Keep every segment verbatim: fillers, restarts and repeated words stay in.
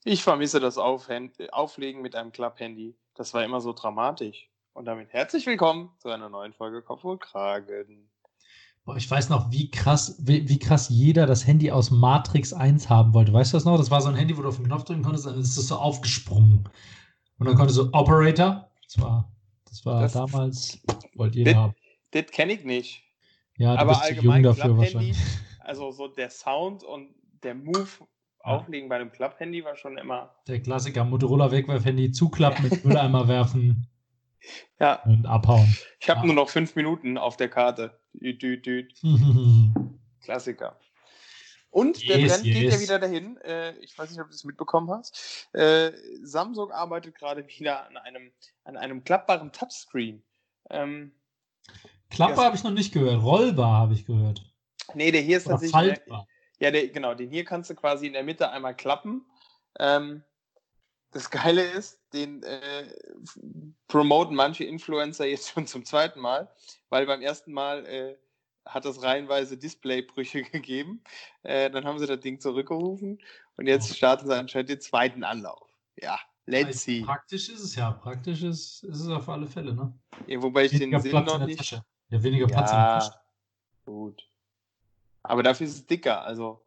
Ich vermisse das Aufhand- Auflegen mit einem Klapphandy. Das war immer so dramatisch. Und damit herzlich willkommen zu einer neuen Folge Kopf und Kragen. Boah, ich weiß noch, wie krass, wie, wie krass jeder das Handy aus Matrix eins haben wollte. Weißt du das noch? Das war so ein Handy, wo du auf den Knopf drücken konntest, dann ist es so aufgesprungen. Und dann konntest du Operator. Das war, das war Das- damals, wollte jeder Das, haben. das kenne ich nicht. Ja, du Aber bist zu jung allgemein dafür Klapphandy, wahrscheinlich. also so der Sound und der Move auflegen bei einem Klapphandy war schon immer. Der Klassiker, Motorola Wegwerfhandy, zuklappen, mit Mülleimer werfen Ja, und abhauen. ich habe Ja. nur noch fünf Minuten auf der Karte. Düt, düt, düt. Klassiker. Und der Yes, Trend geht ja yes. wieder dahin. Äh, ich weiß nicht, ob du es mitbekommen hast. Äh, Samsung arbeitet gerade wieder an einem, an einem klappbaren Touchscreen. Ähm, Klappe Ja. habe ich noch nicht gehört. Rollbar habe ich gehört. nee, der hier ist Oder tatsächlich. faltbar. Ja, der, genau, den hier kannst du quasi in der Mitte einmal klappen. Ähm, das Geile ist, den äh, f- promoten manche Influencer jetzt schon zum zweiten Mal, weil beim ersten Mal äh, hat es reihenweise Displaybrüche gegeben. Äh, dann haben sie das Ding zurückgerufen und jetzt Oh. starten sie anscheinend den zweiten Anlauf. Ja, let's see. Praktisch ist es ja. Praktisch ist, ist es auf alle Fälle, ne? Ja, wobei ich den Weniger Sinn Platz noch in der nicht. Tasche. Ja, weniger Platz in der Tasche. Ja, gut. Aber dafür ist es dicker, also.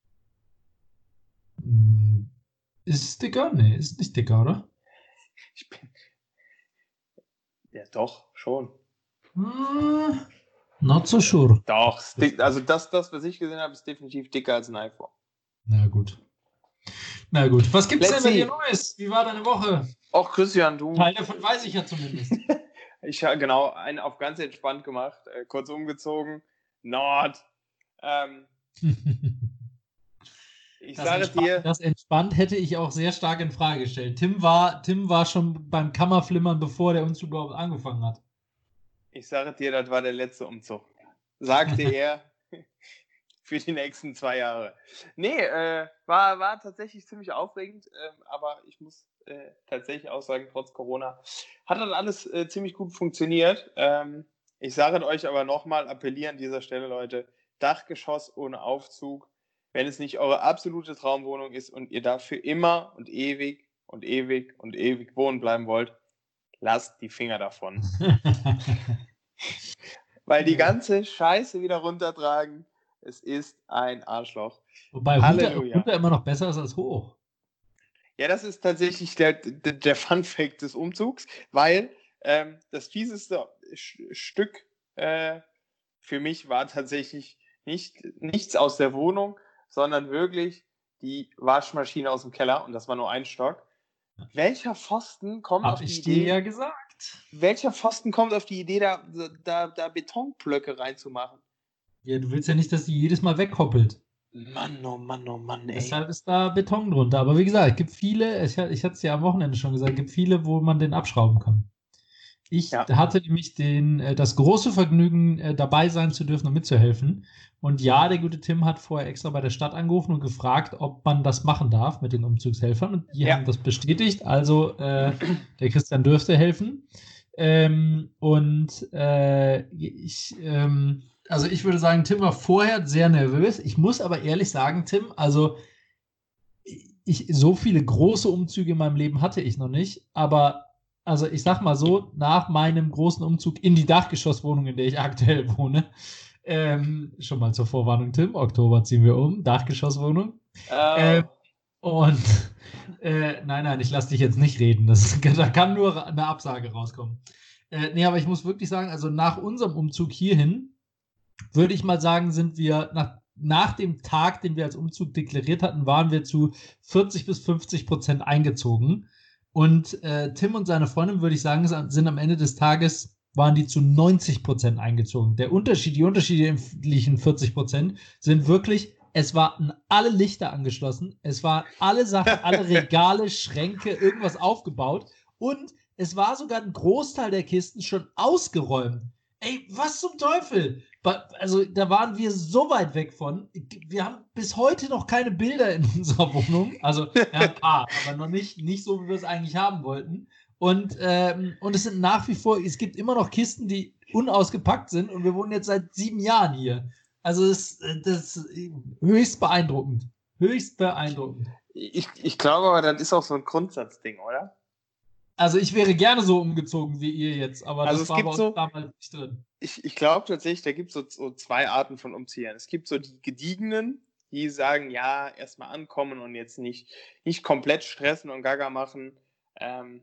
Hm, Ist es dicker? Nee, ist nicht dicker, oder? Ich bin. Ja, doch, schon. Hm, Not so sure. Doch, ist dick, also das, das, was ich gesehen habe, ist definitiv dicker als ein iPhone. Na gut. Na gut. Was gibt's Let's denn bei see. dir Neues? Wie war deine Woche? Auch Christian, du. Teil davon weiß ich ja zumindest. Ich habe genau einen auf ganz entspannt gemacht, äh, kurz umgezogen. Nord. Ähm, ich Das sage entspannt, dir, das entspannt hätte ich auch sehr stark in Frage gestellt. Tim war, Tim war schon beim Kammerflimmern, bevor der Umzug überhaupt angefangen hat. ich sage dir, das war der letzte Umzug. Sagte er für die nächsten zwei Jahre. Nee, äh, war, war tatsächlich ziemlich aufregend, ähm, aber ich muss äh, tatsächlich auch sagen, trotz Corona hat dann alles äh, ziemlich gut funktioniert. Ähm, ich sage euch aber nochmal, appelliere an dieser Stelle, Leute, Dachgeschoss ohne Aufzug, wenn es nicht eure absolute Traumwohnung ist und ihr dafür immer und ewig und ewig und ewig wohnen bleiben wollt, lasst die Finger davon. Weil die ganze Scheiße wieder runtertragen, es ist ein Arschloch. Wobei runter, Halleluja. runter immer noch besser ist als hoch. Ja, das ist tatsächlich der, der, der Fun-Fact des Umzugs, weil ähm, das fieseste Sch- Stück äh, für mich war tatsächlich nicht, nichts aus der Wohnung, sondern wirklich die Waschmaschine aus dem Keller und das war nur ein Stock. Welcher Pfosten kommt Hab auf die ich dir Idee, ja gesagt. welcher Pfosten kommt auf die Idee, da, da, da Betonblöcke reinzumachen? Ja, du willst ja nicht, dass die jedes Mal weghoppelt. Mann, oh Mann, oh Mann, ey. Deshalb ist da Beton drunter. Aber wie gesagt, es gibt viele, ich, ich hatte es ja am Wochenende schon gesagt, es gibt viele, wo man den abschrauben kann. Ich Ja. hatte nämlich den, äh, das große Vergnügen, äh, dabei sein zu dürfen und mitzuhelfen. Und ja, der gute Tim hat vorher extra bei der Stadt angerufen und gefragt, ob man das machen darf mit den Umzugshelfern. Und die Ja. haben das bestätigt. Also äh, der Christian dürfte helfen. Ähm, und äh, ich, ähm, also ich würde sagen, Tim war vorher sehr nervös. Ich muss aber ehrlich sagen, Tim, also ich, so viele große Umzüge in meinem Leben hatte ich noch nicht. Aber also ich sag mal so, nach meinem großen Umzug in die Dachgeschosswohnung, in der ich aktuell wohne, ähm, schon mal zur Vorwarnung, Tim, Oktober ziehen wir um, Dachgeschosswohnung. Oh. Ähm, und äh, nein, nein, ich lasse dich jetzt nicht reden. Das, da kann nur eine Absage rauskommen. Äh, nee, aber ich muss wirklich sagen, also nach unserem Umzug hierhin, würde ich mal sagen, sind wir nach, nach dem Tag, den wir als Umzug deklariert hatten, waren wir zu vierzig bis fünfzig Prozent eingezogen. Und äh, Tim und seine Freundin, würde ich sagen, sind am Ende des Tages, waren die zu neunzig Prozent eingezogen. Der Unterschied, die unterschiedlichen vierzig Prozent sind wirklich, es waren alle Lichter angeschlossen, es waren alle Sachen, alle Regale, Schränke, irgendwas aufgebaut und es war sogar ein Großteil der Kisten schon ausgeräumt. Ey, was zum Teufel? Also da waren wir so weit weg von. Wir haben bis heute noch keine Bilder in unserer Wohnung. Also ja, ein paar, aber noch nicht, nicht so, wie wir es eigentlich haben wollten. Und, ähm, und es sind nach wie vor, es gibt immer noch Kisten, die unausgepackt sind und wir wohnen jetzt seit sieben Jahren hier. Also das, das ist höchst beeindruckend. Höchst beeindruckend. Ich, ich glaube aber, das ist auch so ein Grundsatzding, oder? Also ich wäre gerne so umgezogen wie ihr jetzt, aber Also das es war bei gibt uns so, damals nicht drin. ich, ich glaube tatsächlich, da gibt es so, so zwei Arten von Umziehern. Es gibt so die Gediegenen, die sagen, ja, erstmal ankommen und jetzt nicht, nicht komplett stressen und Gaga machen. Ähm,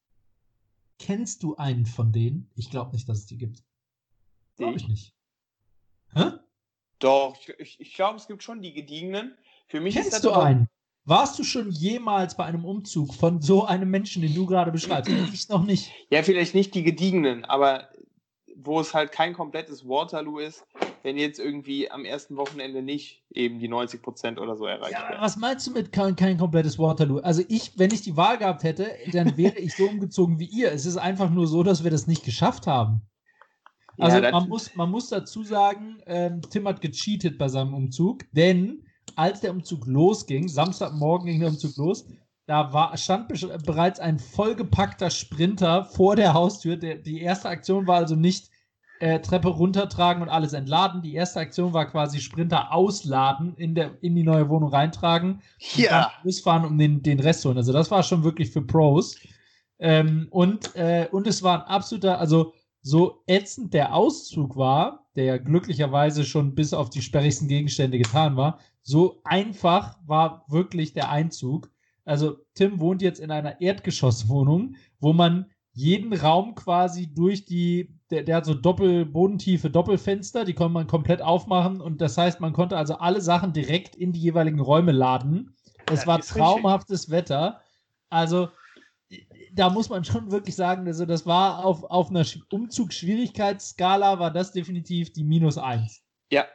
Kennst du einen von denen? Ich glaube nicht, dass es die gibt. Glaube ich nicht. Hä? Doch, ich, ich, ich glaube, es gibt schon die Gediegenen. Für mich Kennst ist das du aber, einen? Warst du schon jemals bei einem Umzug von so einem Menschen, den du gerade beschreibst? Ich noch nicht. ja, vielleicht nicht die Gediegenen, aber wo es halt kein komplettes Waterloo ist, wenn jetzt irgendwie am ersten Wochenende nicht eben die neunzig Prozent oder so erreicht Ja, werden. was meinst du mit kein, kein komplettes Waterloo? Also ich, wenn ich die Wahl gehabt hätte, dann wäre ich so umgezogen wie ihr. Es ist einfach nur so, dass wir das nicht geschafft haben. Also Ja, man, muss, man muss dazu sagen, ähm, Tim hat gecheatet bei seinem Umzug, denn als der Umzug losging, Samstagmorgen ging der Umzug los, da war, stand bereits ein vollgepackter Sprinter vor der Haustür. Der, die erste Aktion war also nicht äh, Treppe runtertragen und alles entladen. Die erste Aktion war quasi Sprinter ausladen, in, der, in die neue Wohnung reintragen und ja. dann losfahren, um den, den Rest zu holen. Also das war schon wirklich für Pros. Ähm, und, äh, und es war ein absoluter, also so ätzend der Auszug war, der ja glücklicherweise schon bis auf die sperrigsten Gegenstände getan war, so einfach war wirklich der Einzug. Also Tim wohnt jetzt in einer Erdgeschosswohnung, wo man jeden Raum quasi durch die, der, der hat so doppelbodentiefe Doppelfenster, die konnte man komplett aufmachen und das heißt, man konnte also alle Sachen direkt in die jeweiligen Räume laden. Es Das war ist traumhaftes Wetter. Also da muss man schon wirklich sagen, also das war auf, auf einer Umzugsschwierigkeitsskala war das definitiv die minus eins. Ja.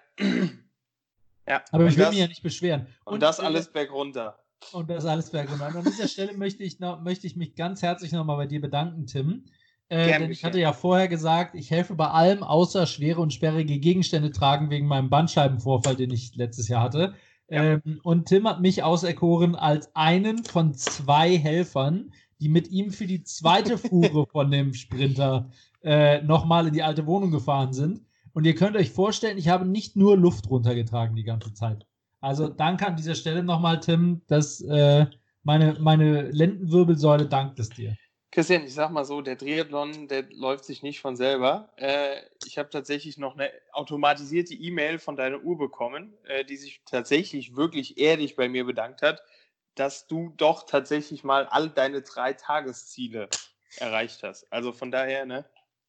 ja. Aber und ich will das, mich ja nicht beschweren. Und, und das alles bergunter. Und das alles bergunter. Und an dieser Stelle möchte ich, noch, möchte ich mich ganz herzlich nochmal bei dir bedanken, Tim. Äh, denn ich hatte ja vorher gesagt, ich helfe bei allem, außer schwere und sperrige Gegenstände tragen, wegen meinem Bandscheibenvorfall, den ich letztes Jahr hatte. Ja. Ähm, und Tim hat mich auserkoren als einen von zwei Helfern, die mit ihm für die zweite Fuhre von dem Sprinter äh, nochmal in die alte Wohnung gefahren sind. Und ihr könnt euch vorstellen, ich habe nicht nur Luft runtergetragen die ganze Zeit. Also danke an dieser Stelle nochmal, Tim, dass äh, meine, meine Lendenwirbelsäule dankt es dir. Christian, ich sag mal so, der Triathlon, der läuft sich nicht von selber. Äh, ich habe tatsächlich noch eine automatisierte E-Mail von deiner Uhr bekommen, äh, die sich tatsächlich wirklich ehrlich bei mir bedankt hat, dass du doch tatsächlich mal all deine drei Tagesziele erreicht hast. Also von daher, ne,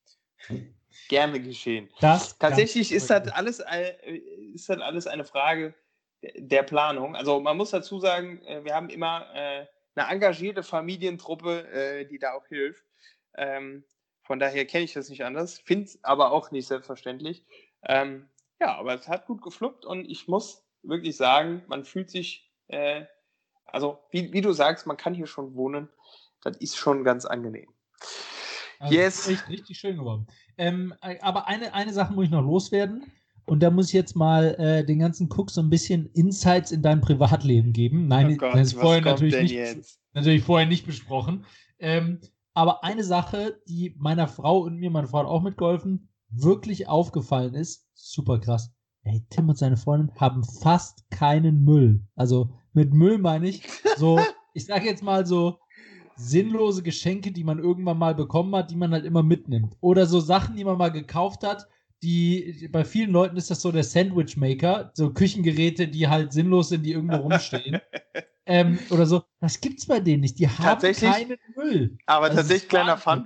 gerne geschehen. Das tatsächlich ist das alles, ist das alles eine Frage der Planung. Also man muss dazu sagen, wir haben immer äh, eine engagierte Familientruppe, äh, die da auch hilft. Ähm, von daher kenne ich das nicht anders, finde es aber auch nicht selbstverständlich. Ähm, ja, aber es hat gut gefluppt und ich muss wirklich sagen, man fühlt sich, äh, also wie, wie du sagst, man kann hier schon wohnen. Das ist schon ganz angenehm. Also yes. Echt richtig schön geworden. Ähm, aber eine, eine Sache muss ich noch loswerden. Und da muss ich jetzt mal äh, den ganzen Cook so ein bisschen Insights in dein Privatleben geben. Nein, oh Gott, das ist vorher natürlich nicht, jetzt? natürlich vorher nicht besprochen. Ähm, aber eine Sache, die meiner Frau und mir, meine Frau hat auch mitgeholfen, wirklich aufgefallen ist, super krass. Ey, Tim und seine Freundin haben fast keinen Müll. Also mit Müll meine ich so, ich sage jetzt mal so, sinnlose Geschenke, die man irgendwann mal bekommen hat, die man halt immer mitnimmt. Oder so Sachen, die man mal gekauft hat, die, bei vielen Leuten ist das so der Sandwich-Maker, so Küchengeräte, die halt sinnlos sind, die irgendwo rumstehen. ähm, oder so. Das gibt's bei denen nicht. Die haben keinen Müll. Aber das tatsächlich, kleiner Fun,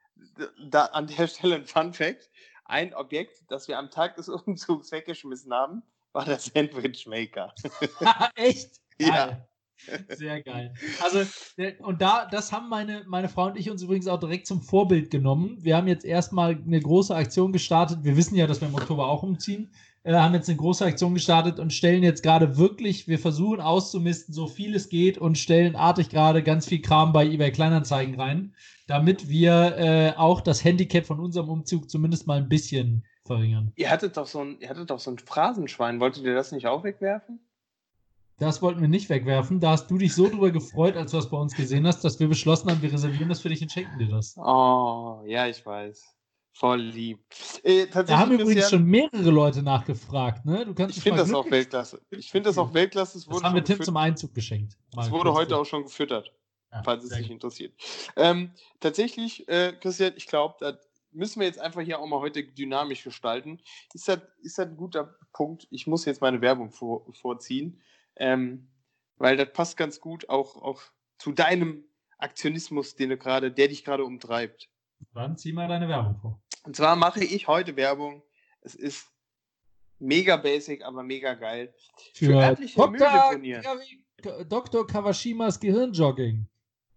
da an der Stelle ein Fun-Fact. Ein Objekt, das wir am Tag des Umzugs weggeschmissen haben, war der Sandwich-Maker. Echt? Geil. Ja. Sehr geil. Also, und da, das haben meine, meine Frau und ich uns übrigens auch direkt zum Vorbild genommen. Wir haben jetzt erstmal eine große Aktion gestartet. Wir wissen ja, dass wir im Oktober auch umziehen. Äh, haben jetzt eine große Aktion gestartet und stellen jetzt gerade wirklich, wir versuchen auszumisten, so viel es geht und stellen artig gerade ganz viel Kram bei eBay Kleinanzeigen rein, damit wir äh, auch das Handicap von unserem Umzug zumindest mal ein bisschen verringern. Ihr hattet doch so ein, ihr hattet doch so ein Phrasenschwein. Wolltet ihr das nicht auch wegwerfen? Das wollten wir nicht wegwerfen. Da hast du dich so drüber gefreut, als du das bei uns gesehen hast, dass wir beschlossen haben, wir reservieren das für dich und schenken dir das. Oh, ja, ich weiß. Voll lieb. Äh, Da haben übrigens schon mehrere Leute nachgefragt, ne? Du kannst ich finde das auch Weltklasse. Ich finde das auch Weltklasse. Es das haben wir Tim zum Einzug geschenkt. Es wurde heute auch schon gefüttert, ja, falls es dich gut. interessiert. Ähm, tatsächlich, äh, Christian, ich glaube, da müssen wir jetzt einfach hier auch mal heute dynamisch gestalten. Ist das, ist das ein guter Punkt? Ich muss jetzt meine Werbung vor, vorziehen, ähm, weil das passt ganz gut auch, auch zu deinem Aktionismus, den du grade, der dich gerade umtreibt. Dann zieh mal deine Werbung vor. Und zwar mache ich heute Werbung. Es ist mega basic, aber mega geil. Für, Für örtliche Mülldeponieren. Doktor Kawashimas Gehirnjogging.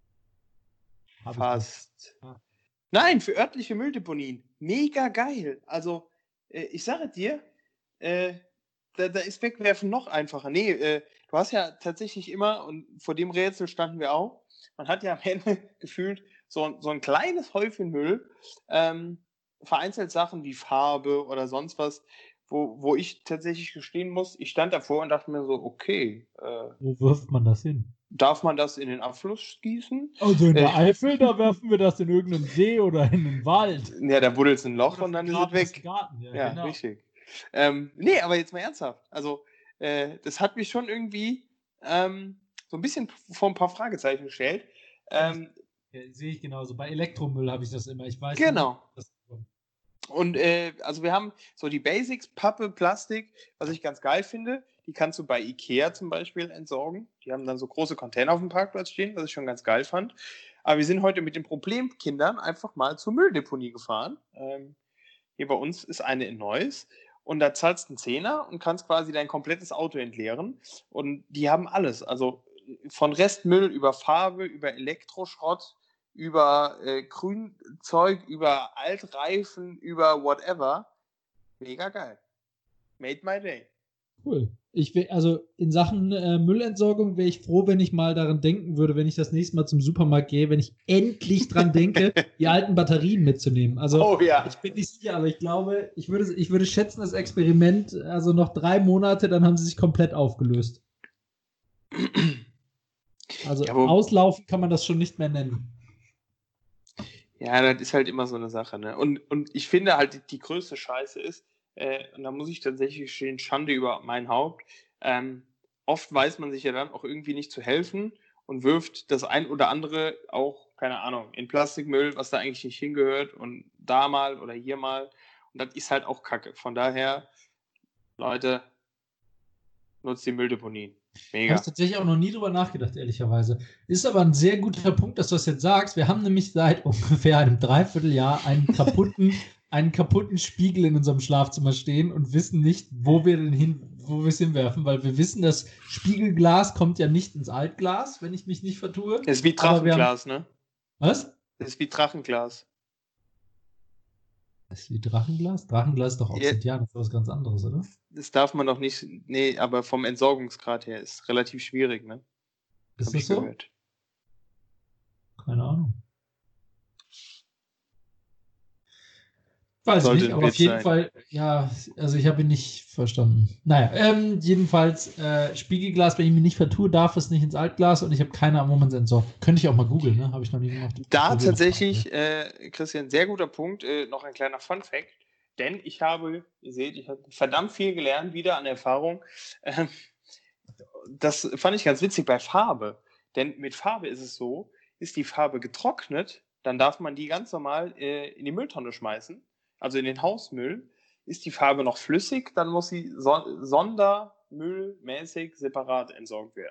Fast. Ah. Nein, für örtliche Mülldeponien. Mega geil. Also, äh, ich sage dir, äh, da, da ist Wegwerfen noch einfacher. Nee, äh, du hast ja tatsächlich immer, und vor dem Rätsel standen wir auch, man hat ja am Ende gefühlt so, so ein kleines Häufchen Müll, ähm, vereinzelt Sachen wie Farbe oder sonst was, wo, wo ich tatsächlich gestehen muss, ich stand davor und dachte mir so, okay. Äh, wo wirft man das hin? Darf man das in den Abfluss gießen? Also in der äh, Eifel, da werfen wir das in irgendeinen See oder in den Wald. Ja, da buddelt es ein Loch und dann ist es weg. Garten, ja, ja genau. richtig. Ähm, nee, aber jetzt mal ernsthaft. Also, äh, das hat mich schon irgendwie ähm, so ein bisschen vor ein paar Fragezeichen gestellt. Ähm, ja, sehe ich genauso. Bei Elektromüll habe ich das immer. Ich weiß genau. nicht, das Und äh, also wir haben so die Basics, Pappe, Plastik, was ich ganz geil finde. Die kannst du bei Ikea zum Beispiel entsorgen. Die haben dann so große Container auf dem Parkplatz stehen, was ich schon ganz geil fand. Aber wir sind heute mit den Problemkindern einfach mal zur Mülldeponie gefahren. Ähm, hier bei uns ist eine in Neuss. Und da zahlst du einen Zehner und kannst quasi dein komplettes Auto entleeren. Und die haben alles. Also von Restmüll über Farbe, über Elektroschrott, über äh, Grünzeug, über Altreifen, über whatever. Mega geil. Made my day. Cool. Ich will, also in Sachen äh, Müllentsorgung wäre ich froh, wenn ich mal daran denken würde, wenn ich das nächste Mal zum Supermarkt gehe, wenn ich endlich dran denke, die alten Batterien mitzunehmen. Also oh, ja. ich bin nicht sicher, aber ich glaube, ich würde, ich würde schätzen, das Experiment, also noch drei Monate, dann haben sie sich komplett aufgelöst. Also ja, auslaufen kann man das schon nicht mehr nennen. Ja, das ist halt immer so eine Sache, ne? Und, und ich finde halt, die, die größte Scheiße ist, äh, und da muss ich tatsächlich stehen, Schande über mein Haupt, ähm, oft weiß man sich ja dann auch irgendwie nicht zu helfen und wirft das ein oder andere auch, keine Ahnung, in Plastikmüll, was da eigentlich nicht hingehört und da mal oder hier mal. Und das ist halt auch Kacke. Von daher, Leute, nutzt die Mülldeponien. Mega. Habe ich tatsächlich auch noch nie drüber nachgedacht, ehrlicherweise. Ist aber ein sehr guter Punkt, dass du das jetzt sagst. Wir haben nämlich seit ungefähr einem Dreivierteljahr einen kaputten, einen kaputten Spiegel in unserem Schlafzimmer stehen und wissen nicht, wo wir den hin, wo wir es hinwerfen, weil wir wissen, das Spiegelglas kommt ja nicht ins Altglas, wenn ich mich nicht vertue. Das ist wie Drachenglas, haben... ne? Was? Das ist wie Drachenglas. Das ist wie Drachenglas? Drachenglas ist doch Obsidian, das ist was ganz anderes, oder? Das darf man doch nicht, nee, aber vom Entsorgungsgrad her ist relativ schwierig, ne? Ist das so? Gehört. Keine Ahnung. Weiß ich nicht, aber auf jeden sein. Fall, ja, also ich habe ihn nicht verstanden. Naja, ähm, jedenfalls, äh, Spiegelglas, wenn ich mich nicht vertue, darf es nicht ins Altglas und ich habe keine Ahnung, wo man es entsorgt. Könnte ich auch mal googeln, ne? Habe ich noch nie gemacht. Da tatsächlich, äh, Christian, sehr guter Punkt, äh, noch ein kleiner Fun-Fact, denn ich habe, ihr seht, ich habe verdammt viel gelernt, wieder an Erfahrung. Ähm, das fand ich ganz witzig bei Farbe, denn mit Farbe ist es so, ist die Farbe getrocknet, dann darf man die ganz normal äh, in die Mülltonne schmeißen. Also in den Hausmüll, ist die Farbe noch flüssig, dann muss sie so- sondermüllmäßig separat entsorgt werden.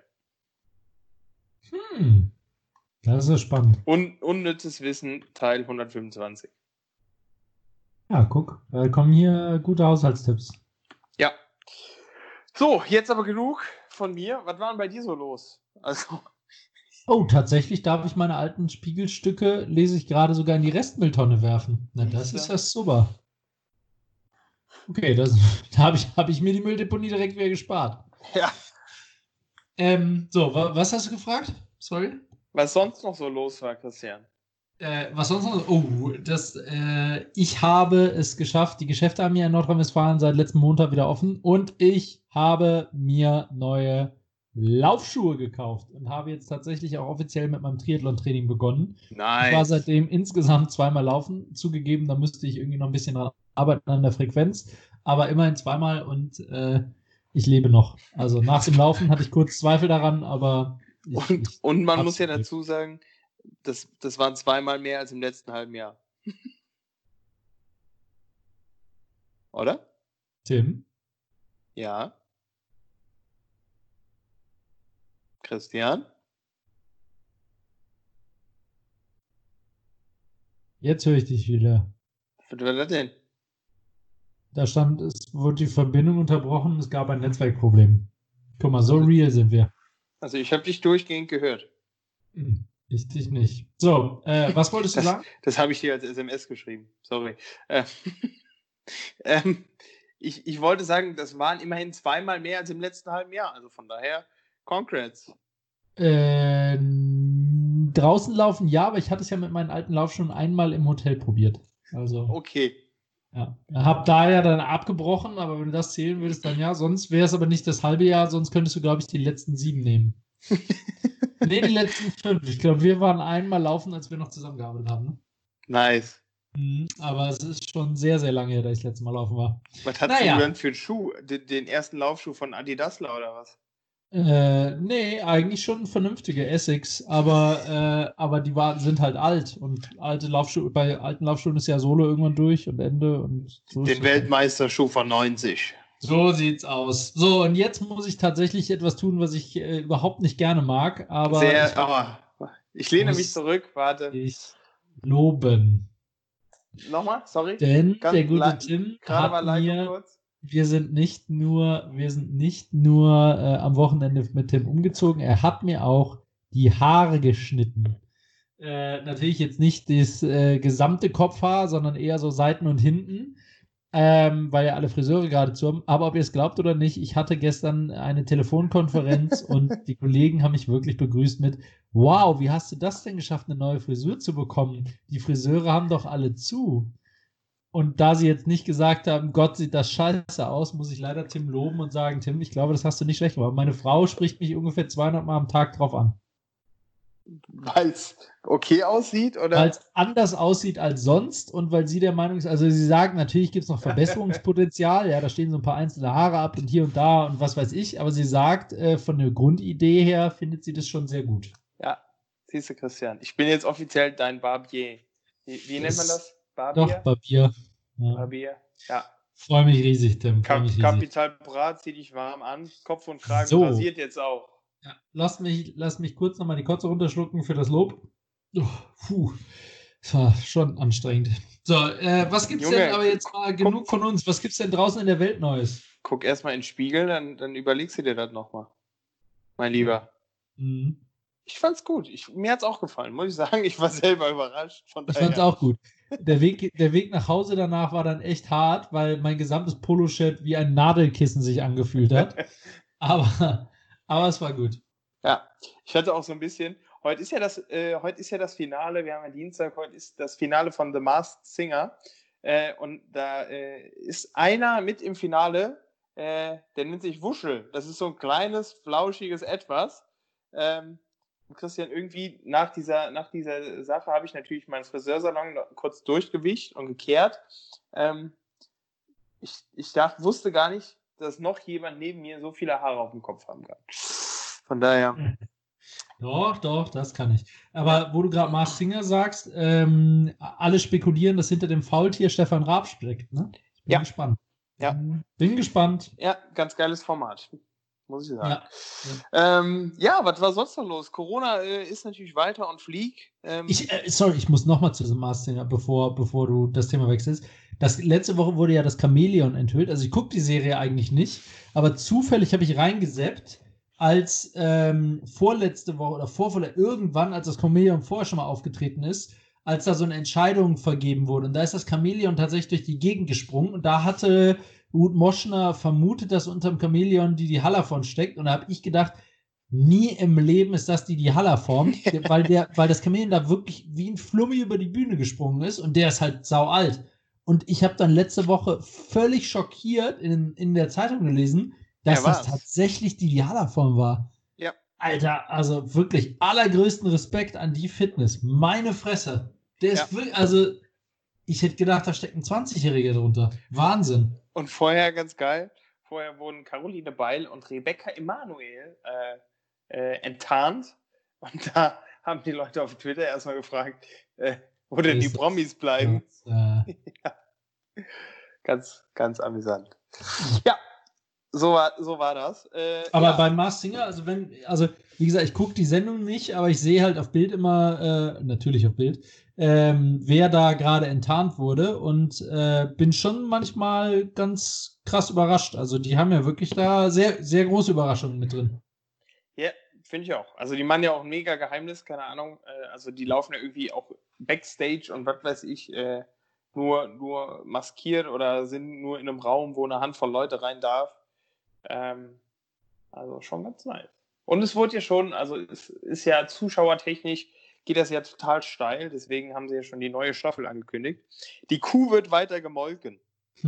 Hm, das ist ja spannend. Un- unnützes Wissen, Teil hundertfünfundzwanzig. Ja, guck, da kommen hier gute Haushaltstipps. Ja. So, jetzt aber genug von mir. Was war denn bei dir so los? Also... Oh, tatsächlich darf ich meine alten Spiegelstücke, lese ich gerade, sogar in die Restmülltonne werfen. Na, das ist ja super. Okay, das, da habe ich, hab ich mir die Mülldeponie direkt wieder gespart. Ja. Ähm, so, wa, was hast du gefragt? Sorry? Was sonst noch so los war, Christian? Äh, was sonst noch? Oh, das, äh, ich habe es geschafft. Die Geschäfte haben hier in Nordrhein-Westfalen seit letztem Montag wieder offen und ich habe mir neue Laufschuhe gekauft und habe jetzt tatsächlich auch offiziell mit meinem Triathlon-Training begonnen. Nice. Ich war seitdem insgesamt zweimal laufen. Zugegeben, da müsste ich irgendwie noch ein bisschen dran arbeiten an der Frequenz, aber immerhin zweimal und äh, ich lebe noch. Also nach dem Laufen hatte ich kurz Zweifel daran, aber ich, Und, ich und man hab's muss ja gekriegt. dazu sagen, das, das waren zweimal mehr als im letzten halben Jahr. Oder? Tim? Ja. Christian? Jetzt höre ich dich wieder. Was war das denn? Da stand, es wurde die Verbindung unterbrochen, es gab ein Netzwerkproblem. Guck mal, so real sind wir. Also ich habe dich durchgehend gehört. Hm, ich dich nicht. So, äh, was wolltest du Das, sagen? das habe ich dir als S M S geschrieben. Sorry. Äh, ähm, ich, ich wollte sagen, das waren immerhin zweimal mehr als im letzten halben Jahr. Also von daher, congrats. Äh, draußen laufen, ja, aber ich hatte es ja mit meinen alten Laufschuhen einmal im Hotel probiert. Also, Okay. ja. Hab da ja dann abgebrochen, aber wenn du das zählen würdest, dann ja. Sonst wäre es aber nicht das halbe Jahr, sonst könntest du, glaube ich, die letzten sieben nehmen. Nee, die letzten fünf. Ich glaube, wir waren einmal laufen, als wir noch zusammengearbeitet haben. Ne? Nice. Mhm, aber es ist schon sehr, sehr lange her, dass ich das letzte Mal laufen war. Was hast Naja. du denn für einen Schuh? Den, den ersten Laufschuh von Adidasler oder was? Äh, nee, eigentlich schon vernünftige Essex, aber, äh, aber die waren, sind halt alt und alte Laufschuhe, bei alten Laufschuhen ist ja Solo irgendwann durch und Ende und so. Den Weltmeisterschuh von neunzig. So sieht's aus. So, und jetzt muss ich tatsächlich etwas tun, was ich äh, überhaupt nicht gerne mag, aber Sehr, ich, aber ich lehne muss mich zurück, warte. ich loben. Nochmal, sorry. Denn Ganz der gute la- Tim Gerade war hat Leico mir, kurz. wir sind nicht nur, wir sind nicht nur äh, am Wochenende mit Tim umgezogen, er hat mir auch die Haare geschnitten. Äh, natürlich jetzt nicht das äh, gesamte Kopfhaar, sondern eher so Seiten und hinten, ähm, weil ja alle Friseure gerade zu haben. Aber ob ihr es glaubt oder nicht, ich hatte gestern eine Telefonkonferenz und die Kollegen haben mich wirklich begrüßt mit: Wow, wie hast du das denn geschafft, eine neue Frisur zu bekommen? Die Friseure haben doch alle zu. Und da sie jetzt nicht gesagt haben, Gott, sieht das scheiße aus, muss ich leider Tim loben und sagen: Tim, ich glaube, das hast du nicht schlecht gemacht. Meine Frau spricht mich ungefähr zweihundert Mal am Tag drauf an. Weil es okay aussieht, oder? Weil es anders aussieht als sonst und weil sie der Meinung ist, also sie sagen, natürlich gibt es noch Verbesserungspotenzial, ja, da stehen so ein paar einzelne Haare ab und hier und da und was weiß ich, aber sie sagt, äh, von der Grundidee her findet sie das schon sehr gut. Ja, siehst du, Christian. Ich bin jetzt offiziell dein Barbier. Wie, wie nennt man das? Barbier? Doch, Barbier. Ja. Barbier, ja. Freue mich riesig, Tim. Freu Kap mich riesig. Kapital Brat, zieh dich warm an. Kopf und Kragen So. rasiert jetzt auch. Ja, lass, mich, lass mich kurz nochmal die Kotze runterschlucken für das Lob. Oh, puh, das war schon anstrengend. So, äh, was gibt's Junge, denn aber jetzt mal guck, genug von uns? Was gibt's denn draußen in der Welt Neues? Guck erstmal in den Spiegel, dann, dann überlegst du dir das nochmal. Mein Lieber. Mhm. Ich fand's gut. Ich, mir hat's auch gefallen, muss ich sagen. Ich war selber überrascht. Von Ich daher. fand's auch gut. Der Weg, der Weg nach Hause danach war dann echt hart, weil mein gesamtes Poloshirt wie ein Nadelkissen sich angefühlt hat. aber, aber es war gut. Ja, ich hatte auch so ein bisschen. Heute ist ja das, äh, heute ist ja das Finale. Wir haben ja Dienstag. Heute ist das Finale von The Masked Singer. Äh, und da äh, ist einer mit im Finale, äh, der nennt sich Wuschel. Das ist so ein kleines, flauschiges Etwas. Ähm, Christian, irgendwie nach dieser, nach dieser Sache habe ich natürlich meinen Friseursalon noch kurz durchgewischt und gekehrt. Ähm, ich ich dachte, wusste gar nicht, dass noch jemand neben mir so viele Haare auf dem Kopf haben kann. Von daher. Doch, doch, das kann ich. Aber wo du gerade Masked Singer sagst, ähm, alle spekulieren, dass hinter dem Faultier Stefan Raab steckt. Ne? Ich bin Ja. gespannt. Ja. Bin gespannt. Ja, ganz geiles Format, muss ich sagen. Ja, ja. Ähm, ja, was war sonst noch los? Corona äh, ist natürlich weiter und fliegt. Ähm, ich, äh, sorry, ich muss nochmal zu diesem Masked Singer, bevor, bevor du das Thema wechselst. Das, letzte Woche wurde ja das Chamäleon enthüllt. Also ich gucke die Serie eigentlich nicht, aber zufällig habe ich reingeseppt, als ähm, vorletzte Woche oder vorvorletzte, irgendwann, als das Chamäleon vorher schon mal aufgetreten ist, als da so eine Entscheidung vergeben wurde. Und da ist das Chamäleon tatsächlich durch die Gegend gesprungen und da hatte Ruth Moschner vermutet, dass unter dem Chamäleon die die Hallerform steckt. Und da habe ich gedacht, nie im Leben ist das die die Hallerform, weil, der, weil das Chamäleon da wirklich wie ein Flummi über die Bühne gesprungen ist und der ist halt sau alt. Und ich habe dann letzte Woche völlig schockiert in, in der Zeitung gelesen, dass Ja, das war's. tatsächlich die Hallerform war. Alter, also wirklich allergrößten Respekt an die Fitness. Meine Fresse. Der ist Ja. wirklich, also ich hätte gedacht, da steckt ein zwanzigjähriger drunter. Wahnsinn. Und vorher, ganz geil, vorher wurden Caroline Beil und Rebecca Emanuel äh, äh, enttarnt. Und da haben die Leute auf Twitter erstmal gefragt, äh, wo denn die Ist das- Promis bleiben. Das, äh, Ganz, ganz amüsant. Ja, so war, so war das. Äh, aber ja, bei Mars Singer, also wenn, also wie gesagt, ich gucke die Sendung nicht, aber ich sehe halt auf Bild immer, äh, natürlich auf Bild, ähm, wer da gerade enttarnt wurde und äh, bin schon manchmal ganz krass überrascht. Also die haben ja wirklich da sehr, sehr große Überraschungen mit drin. ja finde ich auch. Also die machen ja auch ein mega Geheimnis, keine Ahnung. Äh, also die laufen ja irgendwie auch Backstage und was weiß ich, äh, nur, nur maskiert oder sind nur in einem Raum, wo eine Handvoll Leute rein darf. Ähm, also schon ganz nice. Und es wurde ja schon, also es ist ja zuschauertechnisch, geht das ja total steil, deswegen haben sie ja schon die neue Staffel angekündigt. Die Kuh wird weiter gemolken.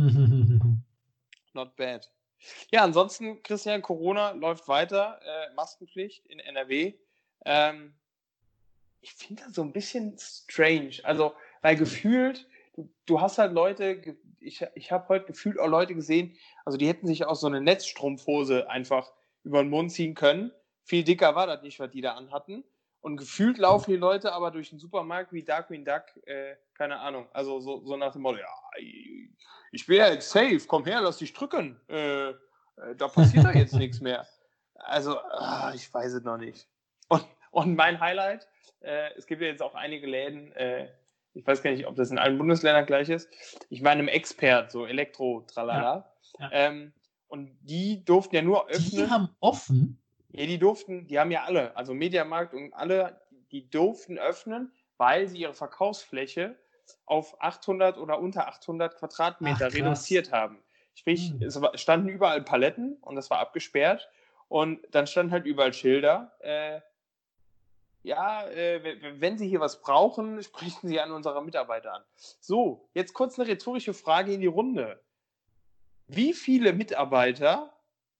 Not bad. Ja, ansonsten, Christian, Corona läuft weiter, äh, Maskenpflicht in N R W. Ähm, ich finde das so ein bisschen strange, also, weil gefühlt, du, du hast halt Leute, ich, ich habe heute gefühlt auch Leute gesehen, also die hätten sich auch so eine Netzstrumpfhose einfach über den Mund ziehen können. Viel dicker war das nicht, was die da anhatten. Und gefühlt laufen die Leute aber durch den Supermarkt wie Darkwing Duck, äh, keine Ahnung, also so, so nach dem Motto, ja, ich bin ja jetzt safe, komm her, lass dich drücken. Äh, äh, da passiert da jetzt nichts mehr. Also, ah, ich weiß es noch nicht. Und, und mein Highlight, äh, es gibt ja jetzt auch einige Läden, äh, ich weiß gar nicht, ob das in allen Bundesländern gleich ist. Ich war in einem Expert, so Elektro-Tralala. Ja, ja. Ähm, und die durften ja nur öffnen. Die haben offen? Ja, die durften, die haben ja alle, also Mediamarkt und alle, die durften öffnen, weil sie ihre Verkaufsfläche auf achthundert oder unter achthundert Quadratmeter Ach, krass. reduziert haben. Sprich, Hm. es war, standen überall Paletten und das war abgesperrt und dann standen halt überall Schilder. Äh, ja, äh, w- wenn Sie hier was brauchen, sprechen Sie an unsere Mitarbeiter an. So, jetzt kurz eine rhetorische Frage in die Runde. Wie viele Mitarbeiter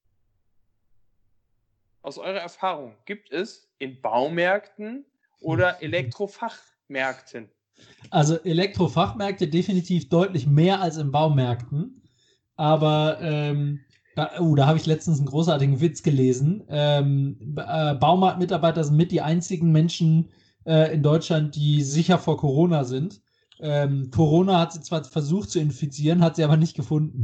aus eurer Erfahrung gibt es in Baumärkten oder Elektrofachmärkten? Also Elektrofachmärkte definitiv deutlich mehr als in Baumärkten. Aber ähm, da, oh, da habe ich letztens einen großartigen Witz gelesen. Ähm, äh, Baumarktmitarbeiter sind mit die einzigen Menschen äh, in Deutschland, die sicher vor Corona sind. Ähm, Corona hat sie zwar versucht zu infizieren, hat sie aber nicht gefunden.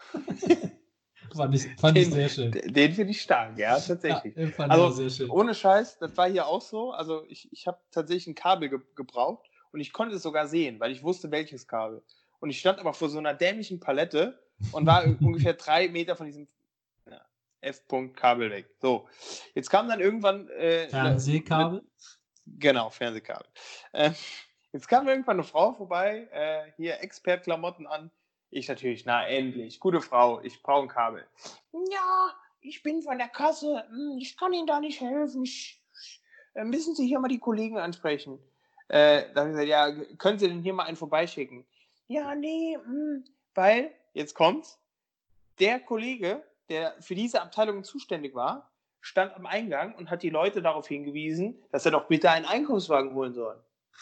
fand ich, fand ich Den, sehr schön. den finde ich stark, ja, tatsächlich. Ja, den fand ich Also auch sehr schön. ohne Scheiß, das war hier auch so. Also ich, ich habe tatsächlich ein Kabel ge gebraucht und ich konnte es sogar sehen, weil ich wusste, welches Kabel. Und ich stand aber vor so einer dämlichen Palette und war ungefähr drei Meter von diesem ja, F-Punkt-Kabel weg. So, jetzt kam dann irgendwann... Äh, Fernsehkabel? Mit, genau, Fernsehkabel. Äh, jetzt kam irgendwann eine Frau vorbei, äh, hier Expert-Klamotten an. Ich natürlich, na endlich, gute Frau, ich brauche ein Kabel. Ja, ich bin von der Kasse, ich kann Ihnen da nicht helfen. Ich, äh, müssen Sie hier mal die Kollegen ansprechen. Äh, da habe ich gesagt, ja, können Sie denn hier mal einen vorbeischicken? Ja, nee, mh, weil, jetzt kommt's, der Kollege, der für diese Abteilung zuständig war, stand am Eingang und hat die Leute darauf hingewiesen, dass er doch bitte einen Einkaufswagen holen soll.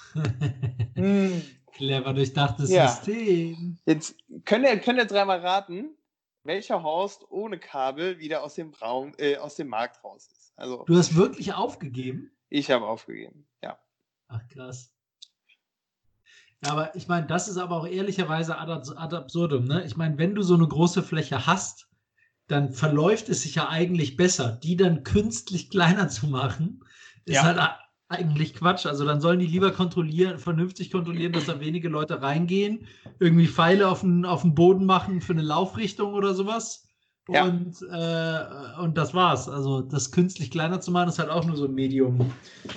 hm. Clever durchdachtes Ja. System. Jetzt könnt ihr, könnt ihr dreimal raten, welcher Horst ohne Kabel wieder aus dem Raum, äh, aus dem Markt raus ist. Also, Du hast wirklich aufgegeben? ich habe aufgegeben, ja. Ach, krass. Ja, aber ich meine, das ist aber auch ehrlicherweise ad, ad absurdum, ne? Ich meine, wenn du so eine große Fläche hast, dann verläuft es sich ja eigentlich besser. Die dann künstlich kleiner zu machen, ist Ja. halt a- eigentlich Quatsch. Also dann sollen die lieber kontrollieren, vernünftig kontrollieren, dass da wenige Leute reingehen, irgendwie Pfeile auf den, auf den Boden machen für eine Laufrichtung oder sowas. Ja. Und, äh, und das war's. Also das künstlich kleiner zu machen, ist halt auch nur so ein Medium,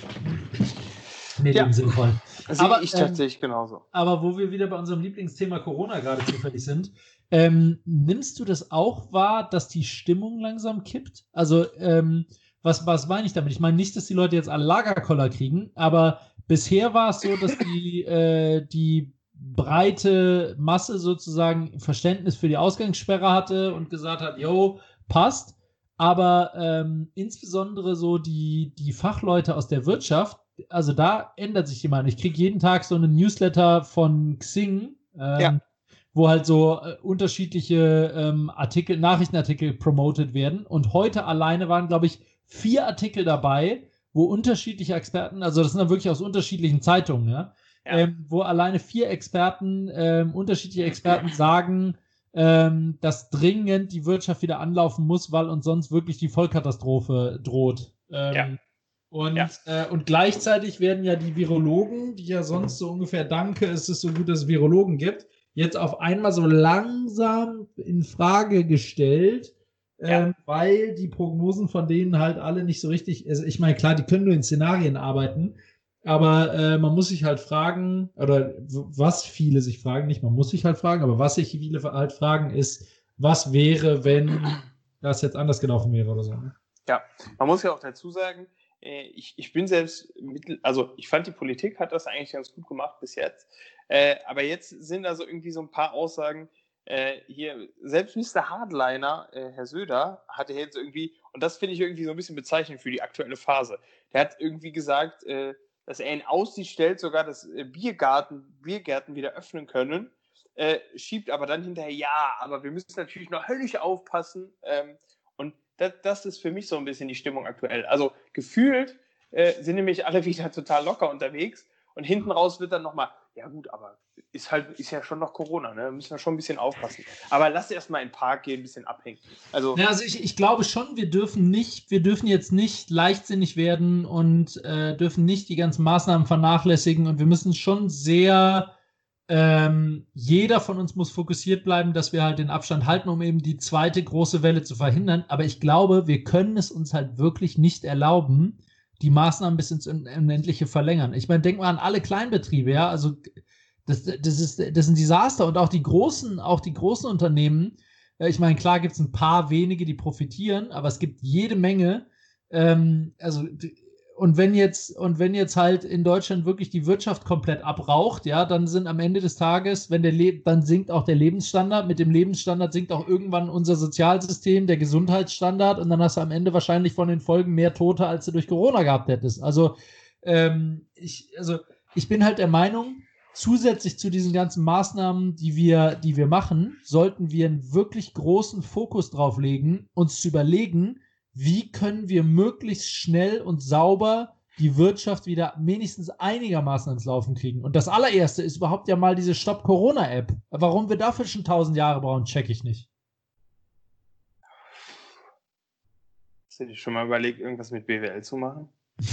Medium Ja. sinnvoll. Sehe Aber, ich ähm, tatsächlich genauso. Aber wo wir wieder bei unserem Lieblingsthema Corona gerade zufällig sind, ähm, nimmst du das auch wahr, dass die Stimmung langsam kippt? Also, ähm, was, was meine ich damit? Ich meine nicht, dass die Leute jetzt alle Lagerkoller kriegen, aber bisher war es so, dass die, äh, die breite Masse sozusagen Verständnis für die Ausgangssperre hatte und gesagt hat, yo, passt. aber ähm, insbesondere so die, die Fachleute aus der Wirtschaft, also da ändert sich jemand. Ich kriege jeden Tag so einen Newsletter von Xing, ähm, Ja. wo halt so äh, unterschiedliche ähm, Artikel, Nachrichtenartikel promotet werden. Und heute alleine waren, glaube ich, vier Artikel dabei, wo unterschiedliche Experten, also das sind dann wirklich aus unterschiedlichen Zeitungen, ja, Ja. ähm, wo alleine vier Experten, ähm, unterschiedliche Experten sagen, ähm, dass dringend die Wirtschaft wieder anlaufen muss, weil uns sonst wirklich die Vollkatastrophe droht. Ähm, Ja. und, Ja. äh, und gleichzeitig werden ja die Virologen, die ja sonst so ungefähr danke, es ist so gut, dass es Virologen gibt, jetzt auf einmal so langsam in Frage gestellt, Ja. ähm, weil die Prognosen von denen halt alle nicht so richtig, also ich meine, klar, die können nur in Szenarien arbeiten, aber äh, man muss sich halt fragen, oder was viele sich fragen, nicht man muss sich halt fragen, aber was sich viele halt fragen ist, was wäre, wenn das jetzt anders gelaufen wäre oder so. Ne? Ja, man muss ja auch dazu sagen, äh, ich, ich bin selbst, mittel, also ich fand die Politik hat das eigentlich ganz gut gemacht bis jetzt, äh, aber jetzt sind da so irgendwie so ein paar Aussagen, äh, hier, selbst Mister Hardliner, äh, Herr Söder, hatte jetzt irgendwie, und das finde ich irgendwie so ein bisschen bezeichnend für die aktuelle Phase, der hat irgendwie gesagt, äh, dass er in Aussicht stellt, sogar, dass äh, Biergarten, Biergärten wieder öffnen können, äh, schiebt aber dann hinterher, ja, aber wir müssen natürlich noch höllisch aufpassen, ähm, und das, das ist für mich so ein bisschen die Stimmung aktuell. Also gefühlt äh, sind nämlich alle wieder total locker unterwegs und hinten raus wird dann nochmal, ja gut, aber ist halt, ist ja schon noch Corona, ne? Müssen wir schon ein bisschen aufpassen. Aber lass erstmal in den Park gehen, ein bisschen abhängen. Also, ja, also ich, ich glaube schon, wir dürfen nicht, wir dürfen jetzt nicht leichtsinnig werden und äh, dürfen nicht die ganzen Maßnahmen vernachlässigen und wir müssen schon sehr, ähm, jeder von uns muss fokussiert bleiben, dass wir halt den Abstand halten, um eben die zweite große Welle zu verhindern. Aber ich glaube, wir können es uns halt wirklich nicht erlauben, die Maßnahmen bis ins Unendliche verlängern. Ich meine, denk mal an alle Kleinbetriebe, ja, also das, das ist, das ist ein Desaster und auch die großen, auch die großen Unternehmen. Äh, ich meine, klar gibt es ein paar wenige, die profitieren, aber es gibt jede Menge. Ähm, also und wenn jetzt und wenn jetzt halt in Deutschland wirklich die Wirtschaft komplett abraucht, ja, dann sind am Ende des Tages, wenn der Le- dann sinkt auch der Lebensstandard. Mit dem Lebensstandard sinkt auch irgendwann unser Sozialsystem, der Gesundheitsstandard und dann hast du am Ende wahrscheinlich von den Folgen mehr Tote, als du durch Corona gehabt hättest. Also ähm, ich, also ich bin halt der Meinung, zusätzlich zu diesen ganzen Maßnahmen, die wir, die wir machen, sollten wir einen wirklich großen Fokus drauf legen, uns zu überlegen, wie können wir möglichst schnell und sauber die Wirtschaft wieder wenigstens einigermaßen ins Laufen kriegen. Und das allererste ist überhaupt ja mal diese Stop-Corona-App. Warum wir dafür schon tausend Jahre brauchen, check ich nicht. hast du dir schon mal überlegt, irgendwas mit B W L zu machen?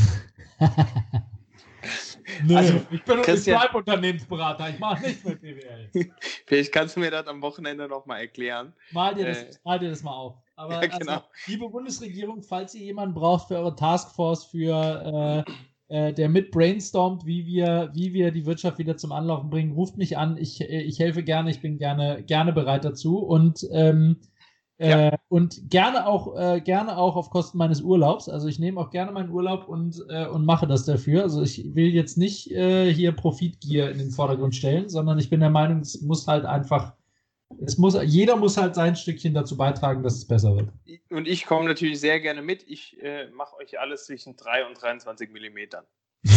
Nö, Also, ich bin Christian- ich bleib Unternehmensberater, ich mache nichts mit B W L. Vielleicht kannst du mir das am Wochenende nochmal erklären. Mal dir, das, Äh, mal dir das mal auf. Aber ja, genau. also, liebe Bundesregierung, falls ihr jemanden braucht für eure Taskforce, für äh, äh, der mit brainstormt, wie wir, wie wir die Wirtschaft wieder zum Anlaufen bringen, ruft mich an. Ich, äh, ich helfe gerne, ich bin gerne, gerne bereit dazu. Und, ähm, Ja. äh, und gerne auch, äh, gerne auch auf Kosten meines Urlaubs. Also ich nehme auch gerne meinen Urlaub und, äh, und mache das dafür. Also ich will jetzt nicht äh, hier Profitgier in den Vordergrund stellen, sondern ich bin der Meinung, es muss halt einfach Es muss, jeder muss halt sein Stückchen dazu beitragen, dass es besser wird. Und ich komme natürlich sehr gerne mit. Ich äh, mache euch alles zwischen drei und dreiundzwanzig Millimetern.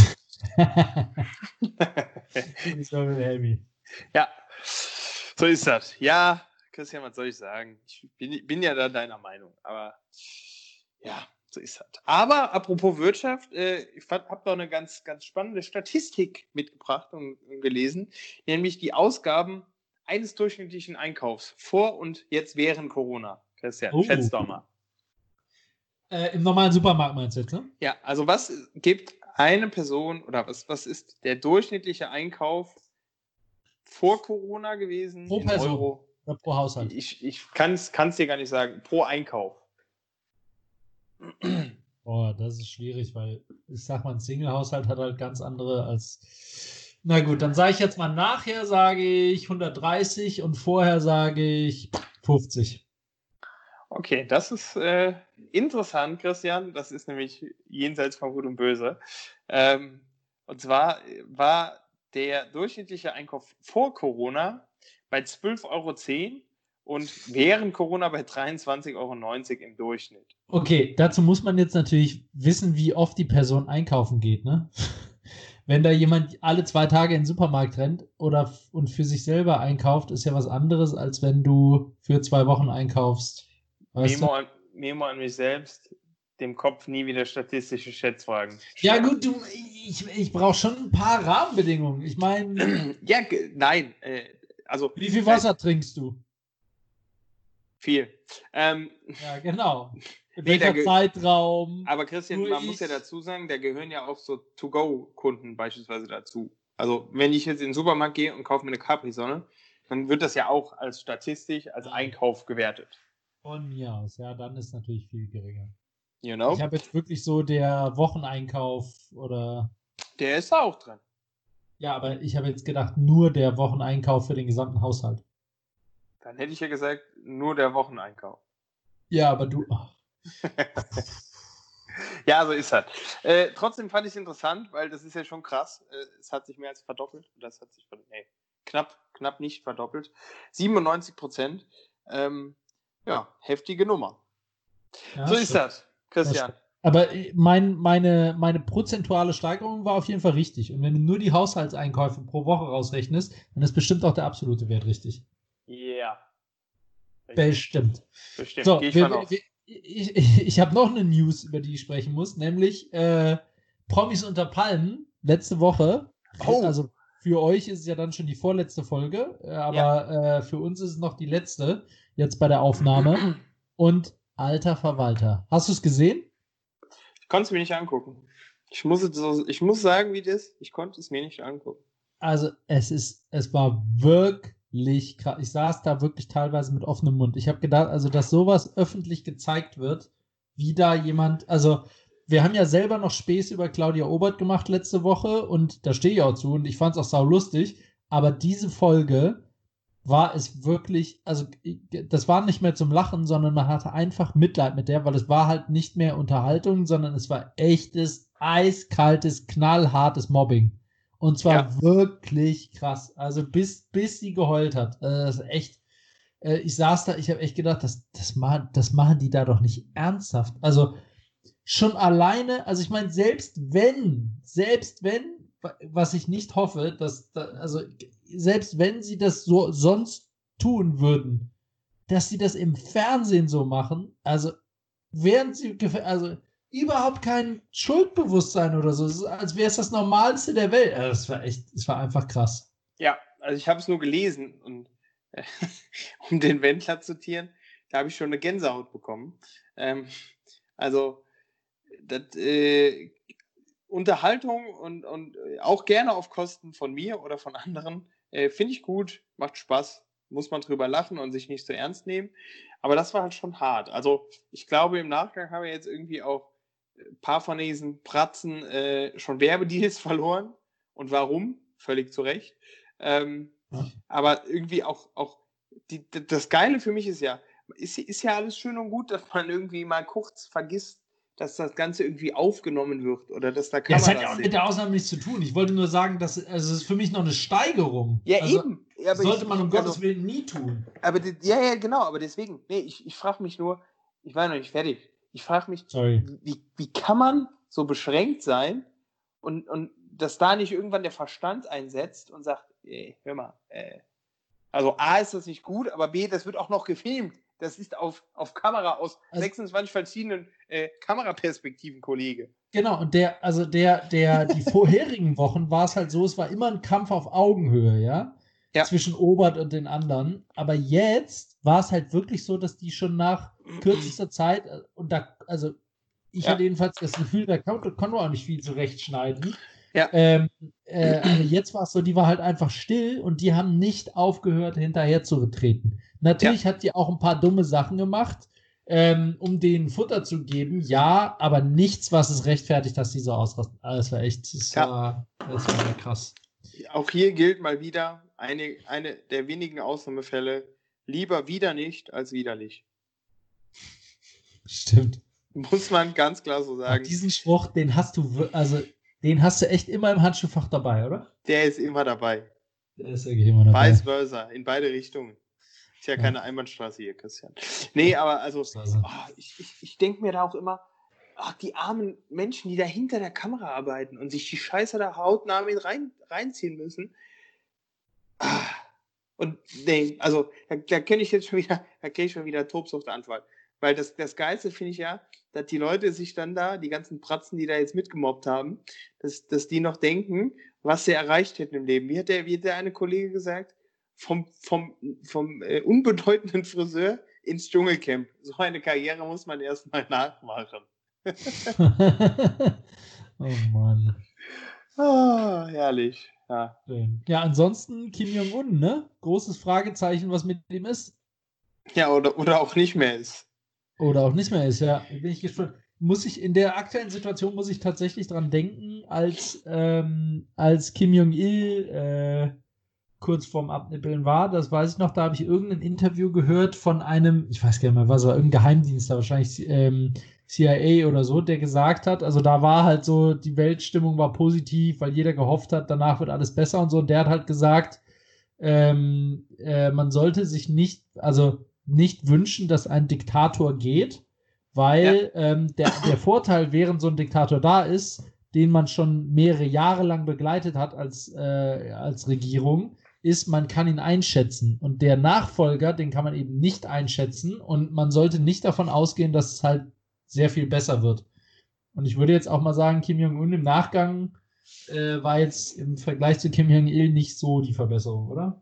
Ja, so ist das. Ja, Christian, was soll ich sagen? Ich bin, bin ja da deiner Meinung, aber ja, so ist das. Aber apropos Wirtschaft, äh, ich habe noch eine ganz, ganz spannende Statistik mitgebracht und, und gelesen, nämlich die Ausgaben eines durchschnittlichen Einkaufs vor und jetzt während Corona. Christian, Oh. schätzt doch mal. Äh, Im normalen Supermarkt meinst du jetzt, ne? Ja, also was gibt eine Person oder was, was ist der durchschnittliche Einkauf vor Corona gewesen? Pro in Person Euro? oder pro Haushalt? Ich, ich kann es dir gar nicht sagen. Pro Einkauf. Boah, das ist schwierig, weil ich sag mal, ein Single-Haushalt hat halt ganz andere als. Na gut, dann sage ich jetzt mal, nachher sage ich hundertdreißig und vorher sage ich fünfzig. Okay, das ist äh, interessant, Christian. Das ist nämlich jenseits von Gut und Böse. Ähm, und zwar war der durchschnittliche Einkauf vor Corona bei zwölf Euro zehn und während Corona bei dreiundzwanzig Euro neunzig im Durchschnitt. Okay, dazu muss man jetzt natürlich wissen, wie oft die Person einkaufen geht, ne? Wenn da jemand alle zwei Tage in den Supermarkt rennt oder und für sich selber einkauft, ist ja was anderes, als wenn du für zwei Wochen einkaufst. Weißt Memo du? an, Memo an mich selbst, dem Kopf nie wieder statistische Schätzfragen. Ja gut, du, ich, ich brauche schon ein paar Rahmenbedingungen. Ich meine... ja, ge- nein. Äh, also, wie viel Wasser äh, trinkst du? Viel. Ähm, ja, genau. In nee, welcher Ge- Zeitraum? Aber Christian, Nur man ich. muss ja dazu sagen, da gehören ja auch so To-Go-Kunden beispielsweise dazu. Also wenn ich jetzt in den Supermarkt gehe und kaufe mir eine Capri-Sonne, dann wird das ja auch als statistisch, als Einkauf gewertet. Von mir aus, ja, dann ist natürlich viel geringer. You know? Ich habe jetzt wirklich so der Wocheneinkauf oder... Der ist da auch drin. Ja, aber ich habe jetzt gedacht, nur der Wocheneinkauf für den gesamten Haushalt. Dann hätte ich ja gesagt, nur der Wocheneinkauf. Ja, aber du... Oh. ja, so ist das. Äh, trotzdem fand ich es interessant, weil das ist ja schon krass. Äh, es hat sich mehr als verdoppelt. Das hat sich nee, knapp, knapp nicht verdoppelt. siebenundneunzig Prozent. Ähm, ja, heftige Nummer. Ja, so ist das, Christian. Das aber mein, meine, meine prozentuale Steigerung war auf jeden Fall richtig. Und wenn du nur die Haushaltseinkäufe pro Woche rausrechnest, dann ist bestimmt auch der absolute Wert richtig. Ja. Bestimmt. Bestimmt. So, Geh ich wir, mal auf. wir, ich ich, ich habe noch eine News, über die ich sprechen muss, nämlich äh, Promis unter Palmen letzte Woche. Oh. Also für euch ist es ja dann schon die vorletzte Folge, aber ja. äh, für uns ist es noch die letzte, jetzt bei der Aufnahme. Und alter Verwalter. Hast du es gesehen? Ich konnte es mir nicht angucken. Ich muss, so, ich muss sagen, wie das ist. Ich konnte es mir nicht angucken. Also es ist, es war wirklich krass. Ich saß da wirklich teilweise mit offenem Mund. Ich habe gedacht, also dass sowas öffentlich gezeigt wird, wie da jemand, also wir haben ja selber noch Späße über Claudia Obert gemacht letzte Woche und da stehe ich auch zu und ich fand es auch sau lustig, aber diese Folge war es wirklich, also das war nicht mehr zum Lachen, sondern man hatte einfach Mitleid mit der, weil es war halt nicht mehr Unterhaltung, sondern es war echtes, eiskaltes, knallhartes Mobbing. Und zwar ja. wirklich krass. Also bis, bis sie geheult hat. Also das ist echt, äh, ich saß da, ich habe echt gedacht, das, das, machen, das machen die da doch nicht ernsthaft. Also schon alleine, also ich meine, selbst wenn, selbst wenn, was ich nicht hoffe, dass, also selbst wenn sie das so sonst tun würden, dass sie das im Fernsehen so machen, also während sie, also überhaupt kein Schuldbewusstsein oder so, ist, als wäre es das Normalste der Welt. Also das war echt, das war einfach krass. Ja, also ich habe es nur gelesen und äh, um den Wendler zu zitieren, da habe ich schon eine Gänsehaut bekommen. Ähm, also das äh, Unterhaltung und, und auch gerne auf Kosten von mir oder von anderen, äh, finde ich gut, macht Spaß, muss man drüber lachen und sich nicht so ernst nehmen. Aber das war halt schon hart. Also ich glaube, im Nachgang haben wir jetzt irgendwie auch ein paar von diesen Pratzen äh, schon Werbedeals verloren. Und warum? Völlig zu Recht. Ähm, ja. Aber irgendwie auch, auch die, das Geile für mich ist ja, ist, ist ja alles schön und gut, dass man irgendwie mal kurz vergisst, dass das Ganze irgendwie aufgenommen wird oder dass da Kameras sind. Ja, das hat ja auch mit der Ausnahme nichts zu tun. Ich wollte nur sagen, dass also es ist für mich noch eine Steigerung. Ja, also, eben. Ja, aber sollte ich, man um also, Gottes Willen nie tun. Aber die, ja, ja, genau. Aber deswegen, nee, ich, ich frage mich nur, ich war noch nicht fertig. Ich frage mich, Sorry. Wie, wie kann man so beschränkt sein und, und dass da nicht irgendwann der Verstand einsetzt und sagt, ey, hör mal, äh, also A, ist das nicht gut, aber B, das wird auch noch gefilmt. Das ist auf, auf Kamera aus also, sechsundzwanzig verschiedenen äh, Kameraperspektiven, Kollege. Genau, und der, also der, der, die vorherigen Wochen war es halt so, es war immer ein Kampf auf Augenhöhe, ja? ja. Zwischen Obert und den anderen. Aber jetzt war es halt wirklich so, dass die schon nach kürzester Zeit, und da, also ich ja. hatte jedenfalls das Gefühl, da konnte, konnte auch nicht viel zurechtschneiden. Ja. Ähm, äh, aber jetzt war es so, die war halt einfach still und die haben nicht aufgehört, hinterher zu treten. Natürlich ja. hat die auch ein paar dumme Sachen gemacht, ähm, um denen Futter zu geben, ja, aber nichts, was es rechtfertigt, dass die so ausrasten. Ah, das war echt, das, ja. war, das war ja krass. Auch hier gilt mal wieder eine, eine der wenigen Ausnahmefälle, lieber wieder nicht als widerlich. Stimmt. Muss man ganz klar so sagen. Ach, diesen Spruch, den hast du, also den hast du echt immer im Handschuhfach dabei, oder? Der ist immer dabei. Der ist wirklich immer dabei. Vice versa, in beide Richtungen. Ist ja keine Einbahnstraße hier, Christian. Nee, aber also, Also. oh, ich, ich, ich denke mir da auch immer, ach, die armen Menschen, die da hinter der Kamera arbeiten und sich die Scheiße da hautnah mit rein, reinziehen müssen. Ah, und nee, also da, da kenne ich jetzt schon wieder, da kenne ich schon wieder Tobsuchtanfall. Weil das, das Geilste finde ich ja, dass die Leute sich dann da, die ganzen Pratzen, die da jetzt mitgemobbt haben, dass, dass die noch denken, was sie erreicht hätten im Leben. Wie hat der, wie hat der eine Kollege gesagt? Vom, vom, vom äh, unbedeutenden Friseur ins Dschungelcamp. So eine Karriere muss man erstmal nachmachen. Oh Mann. Ah, herrlich. Ja. Ja, ansonsten Kim Jong-un, ne? Großes Fragezeichen, was mit ihm ist. Ja, oder, oder auch nicht mehr ist. Oder auch nicht mehr ist, ja. Bin ich gespannt. Muss ich in der aktuellen Situation muss ich tatsächlich dran denken, als, ähm, als Kim Jong-il äh, kurz vorm Abnippeln war. Das weiß ich noch, da habe ich irgendein Interview gehört von einem, ich weiß gar nicht mehr, was war, irgendein Geheimdienst, wahrscheinlich ähm, C I A oder so, der gesagt hat, also da war halt so, die Weltstimmung war positiv, weil jeder gehofft hat, danach wird alles besser und so. Und der hat halt gesagt, ähm, äh, man sollte sich nicht, also nicht wünschen, dass ein Diktator geht, weil ja. ähm, der, der Vorteil, während so ein Diktator da ist, den man schon mehrere Jahre lang begleitet hat als, äh, als Regierung, ist, man kann ihn einschätzen. Und der Nachfolger, den kann man eben nicht einschätzen und man sollte nicht davon ausgehen, dass es halt sehr viel besser wird. Und ich würde jetzt auch mal sagen, Kim Jong-un im Nachgang äh, war jetzt im Vergleich zu Kim Jong-il nicht so die Verbesserung, oder?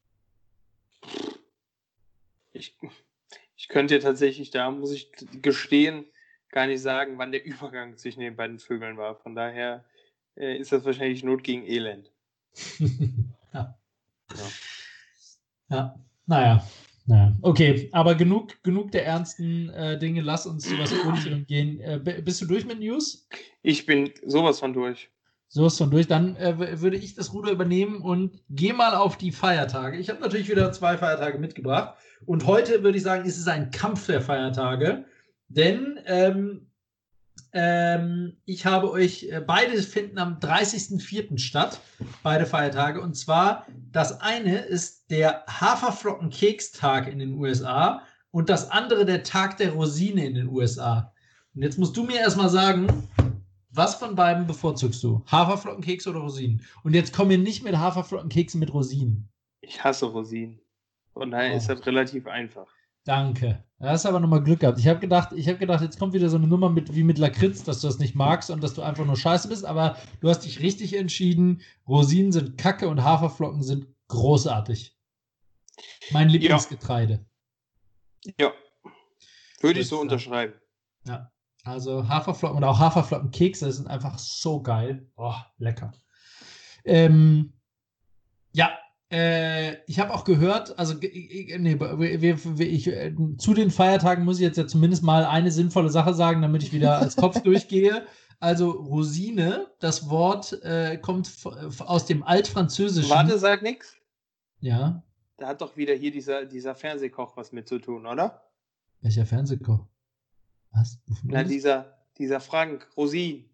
Ich, ich könnte tatsächlich, da muss ich gestehen, gar nicht sagen, wann der Übergang zwischen den beiden Vögeln war. Von daher äh, ist das wahrscheinlich Not gegen Elend. ja. ja. Ja, naja. naja. Okay, aber genug, genug der ernsten äh, Dinge. Lass uns zu was Positivem gehen. Äh, bist du durch mit News? Ich bin sowas von durch. Sowas von durch. Dann äh, würde ich das Ruder übernehmen und gehe mal auf die Feiertage. Ich habe natürlich wieder zwei Feiertage mitgebracht. Und heute würde ich sagen, ist es ein Kampf der Feiertage. Denn ähm, ähm, ich habe euch, äh, beide finden am dreißigsten vierten statt, beide Feiertage. Und zwar, das eine ist der Haferflockenkekstag in den U S A und das andere der Tag der Rosine in den U S A. Und jetzt musst du mir erstmal sagen, was von beiden bevorzugst du? Haferflockenkeks oder Rosinen? Und jetzt kommen wir nicht mit Haferflockenkeksen mit Rosinen. Ich hasse Rosinen. Von daher oh. ist das relativ einfach. Danke. Da hast du aber nochmal Glück gehabt. Ich habe gedacht, ich habe gedacht, jetzt kommt wieder so eine Nummer mit, wie mit Lakritz, dass du das nicht magst und dass du einfach nur scheiße bist, aber du hast dich richtig entschieden. Rosinen sind Kacke und Haferflocken sind großartig. Mein Lieblingsgetreide. Ja. ja. Würde ich so unterschreiben. Ja. Also Haferflocken und auch Haferflockenkekse sind einfach so geil. Oh, lecker. Ähm, ja, äh, ich habe auch gehört, also nee, wir, wir, ich, äh, zu den Feiertagen muss ich jetzt ja zumindest mal eine sinnvolle Sache sagen, damit ich wieder als Kopf durchgehe. Also Rosine, das Wort äh, kommt f- aus dem Altfranzösischen. Warte, sag nix. Ja. Da hat doch wieder hier dieser, dieser Fernsehkoch was mit zu tun, oder? Welcher Fernsehkoch? Was? Na, dieser, dieser Frank Rosin.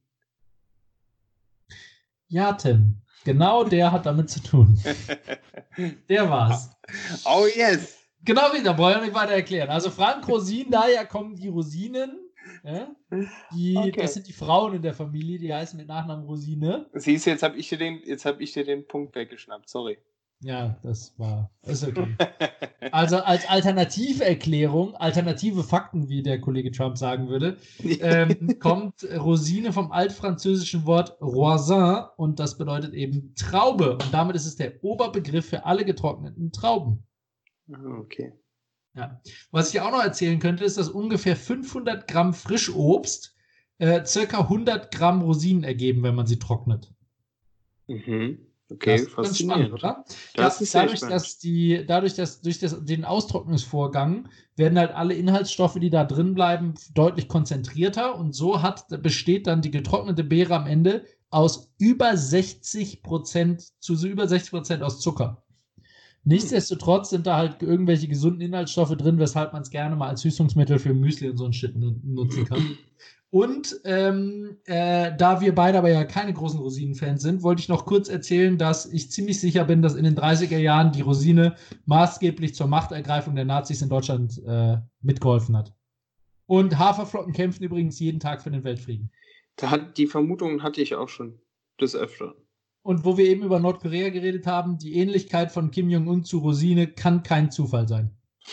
Ja, Tim. Genau der hat damit zu tun. Der war's. Oh yes. Genau wie, da brauche ich nicht weiter erklären. Also Frank Rosin, daher kommen die Rosinen. Ja? Die, okay. Das sind die Frauen in der Familie, die heißen mit Nachnamen Rosine. Siehst du, jetzt habe ich, dir den, jetzt hab ich dir den Punkt weggeschnappt, sorry. Ja, das war, ist okay. Also als Alternativerklärung, alternative Fakten, wie der Kollege Trump sagen würde, ähm, kommt Rosine vom altfranzösischen Wort Roisin und das bedeutet eben Traube. Und damit ist es der Oberbegriff für alle getrockneten Trauben. Okay. Ja. Was ich auch noch erzählen könnte, ist, dass ungefähr fünfhundert Gramm Frischobst äh, circa hundert Gramm Rosinen ergeben, wenn man sie trocknet. Mhm. Okay, das ist ganz spannend, oder? Das ja, ist dadurch, spannend. dass die, dadurch, dass durch das, den Austrocknungsvorgang werden halt alle Inhaltsstoffe, die da drin bleiben, deutlich konzentrierter und so hat, besteht dann die getrocknete Beere am Ende aus über sechzig Prozent, zu so über sechzig Prozent aus Zucker. Nichtsdestotrotz sind da halt irgendwelche gesunden Inhaltsstoffe drin, weshalb man es gerne mal als Süßungsmittel für Müsli und so ein Shit nutzen kann. Und ähm, äh, da wir beide aber ja keine großen Rosinen-Fans sind, wollte ich noch kurz erzählen, dass ich ziemlich sicher bin, dass in den dreißiger Jahren die Rosine maßgeblich zur Machtergreifung der Nazis in Deutschland äh, mitgeholfen hat. Und Haferflocken kämpfen übrigens jeden Tag für den Weltfrieden. Da hat, die Vermutung hatte ich auch schon des Öfteren. Und wo wir eben über Nordkorea geredet haben, die Ähnlichkeit von Kim Jong-un zu Rosine kann kein Zufall sein.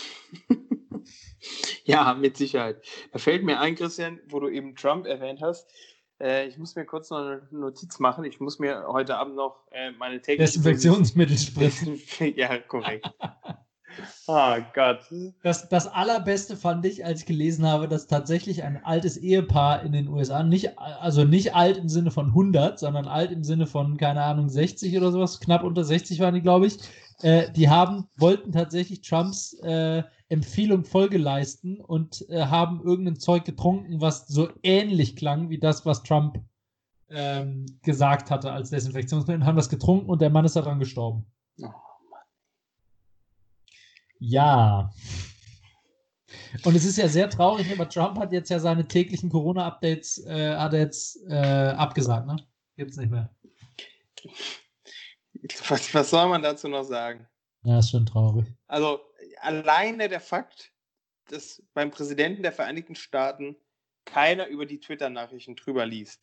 Ja, mit Sicherheit. Da fällt mir ein, Christian, wo du eben Trump erwähnt hast. Äh, ich muss mir kurz noch eine Notiz machen. Ich muss mir heute Abend noch äh, meine tägliche Desinfektionsmittel spritzen. Ja, korrekt. Oh Gott. Das, das Allerbeste fand ich, als ich gelesen habe, dass tatsächlich ein altes Ehepaar in den U S A, nicht, also nicht alt im Sinne von hundert, sondern alt im Sinne von, keine Ahnung, sechzig oder sowas, knapp unter sechzig waren die, glaube ich, äh, die haben, wollten tatsächlich Trumps äh, Empfehlung Folge leisten und äh, haben irgendein Zeug getrunken, was so ähnlich klang wie das, was Trump ähm, gesagt hatte als Desinfektionsmittel, und haben das getrunken und der Mann ist daran gestorben. Oh. Ja. Und es ist ja sehr traurig, aber Trump hat jetzt ja seine täglichen Corona-Updates äh, hat er jetzt äh, abgesagt, ne? Gibt's nicht mehr. Was, was soll man dazu noch sagen? Ja, ist schon traurig. Also alleine der Fakt, dass beim Präsidenten der Vereinigten Staaten keiner über die Twitter-Nachrichten drüber liest.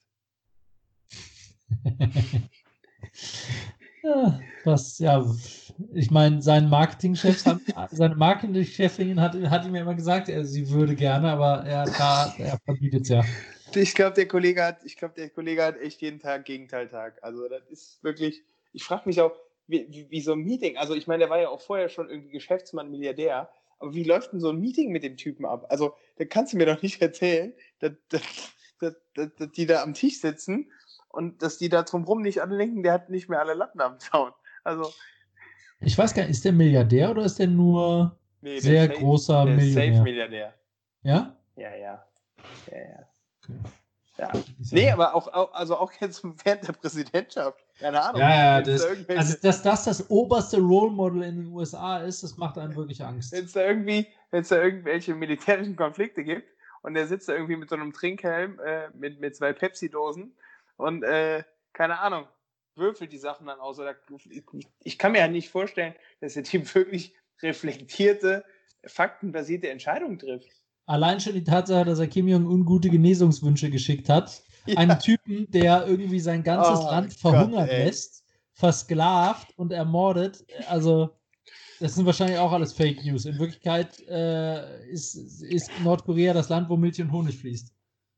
Ja, was, ja, ich meine, sein Marketingchef, seine Marketingchefin hat, hat ihm ja immer gesagt, er, sie würde gerne, aber er, er verbietet es ja. Ich glaube, der Kollege hat, ich glaube, der Kollege hat echt jeden Tag Gegenteiltag. Also das ist wirklich, ich frage mich auch, wie, wie, wie so ein Meeting, also ich meine, der war ja auch vorher schon irgendwie Geschäftsmann, Milliardär, aber wie läuft denn so ein Meeting mit dem Typen ab? Also, da kannst du mir doch nicht erzählen, dass, dass, dass, dass, dass die da am Tisch sitzen und dass die da drumherum nicht anlenken, der hat nicht mehr alle Latten am Zaun. Also. Ich weiß gar nicht, ist der Milliardär oder ist der nur nee, sehr der großer der Millionär? Safe Milliardär. Ja? Ja, ja. Ja, ja. Okay. Ja. Nee, aber auch, auch, also auch jetzt während der Präsidentschaft. Keine Ahnung. Ja, ja, das, da also dass das das oberste Role Model in den U S A ist, das macht einem wirklich Angst. Wenn es da irgendwie, wenn es da irgendwelche militärischen Konflikte gibt und der sitzt da irgendwie mit so einem Trinkhelm äh, mit, mit zwei Pepsi-Dosen und äh, keine Ahnung, würfelt die Sachen dann aus. Oder, ich kann mir ja nicht vorstellen, dass der Typ wirklich reflektierte, faktenbasierte Entscheidungen trifft. Allein schon die Tatsache, dass er Kim Jong-un gute Genesungswünsche geschickt hat. Ja. Einen Typen, der irgendwie sein ganzes oh, Land verhungern Gott, lässt, versklavt und ermordet. Also, das sind wahrscheinlich auch alles Fake News. In Wirklichkeit äh, ist, ist Nordkorea das Land, wo Milch und Honig fließt.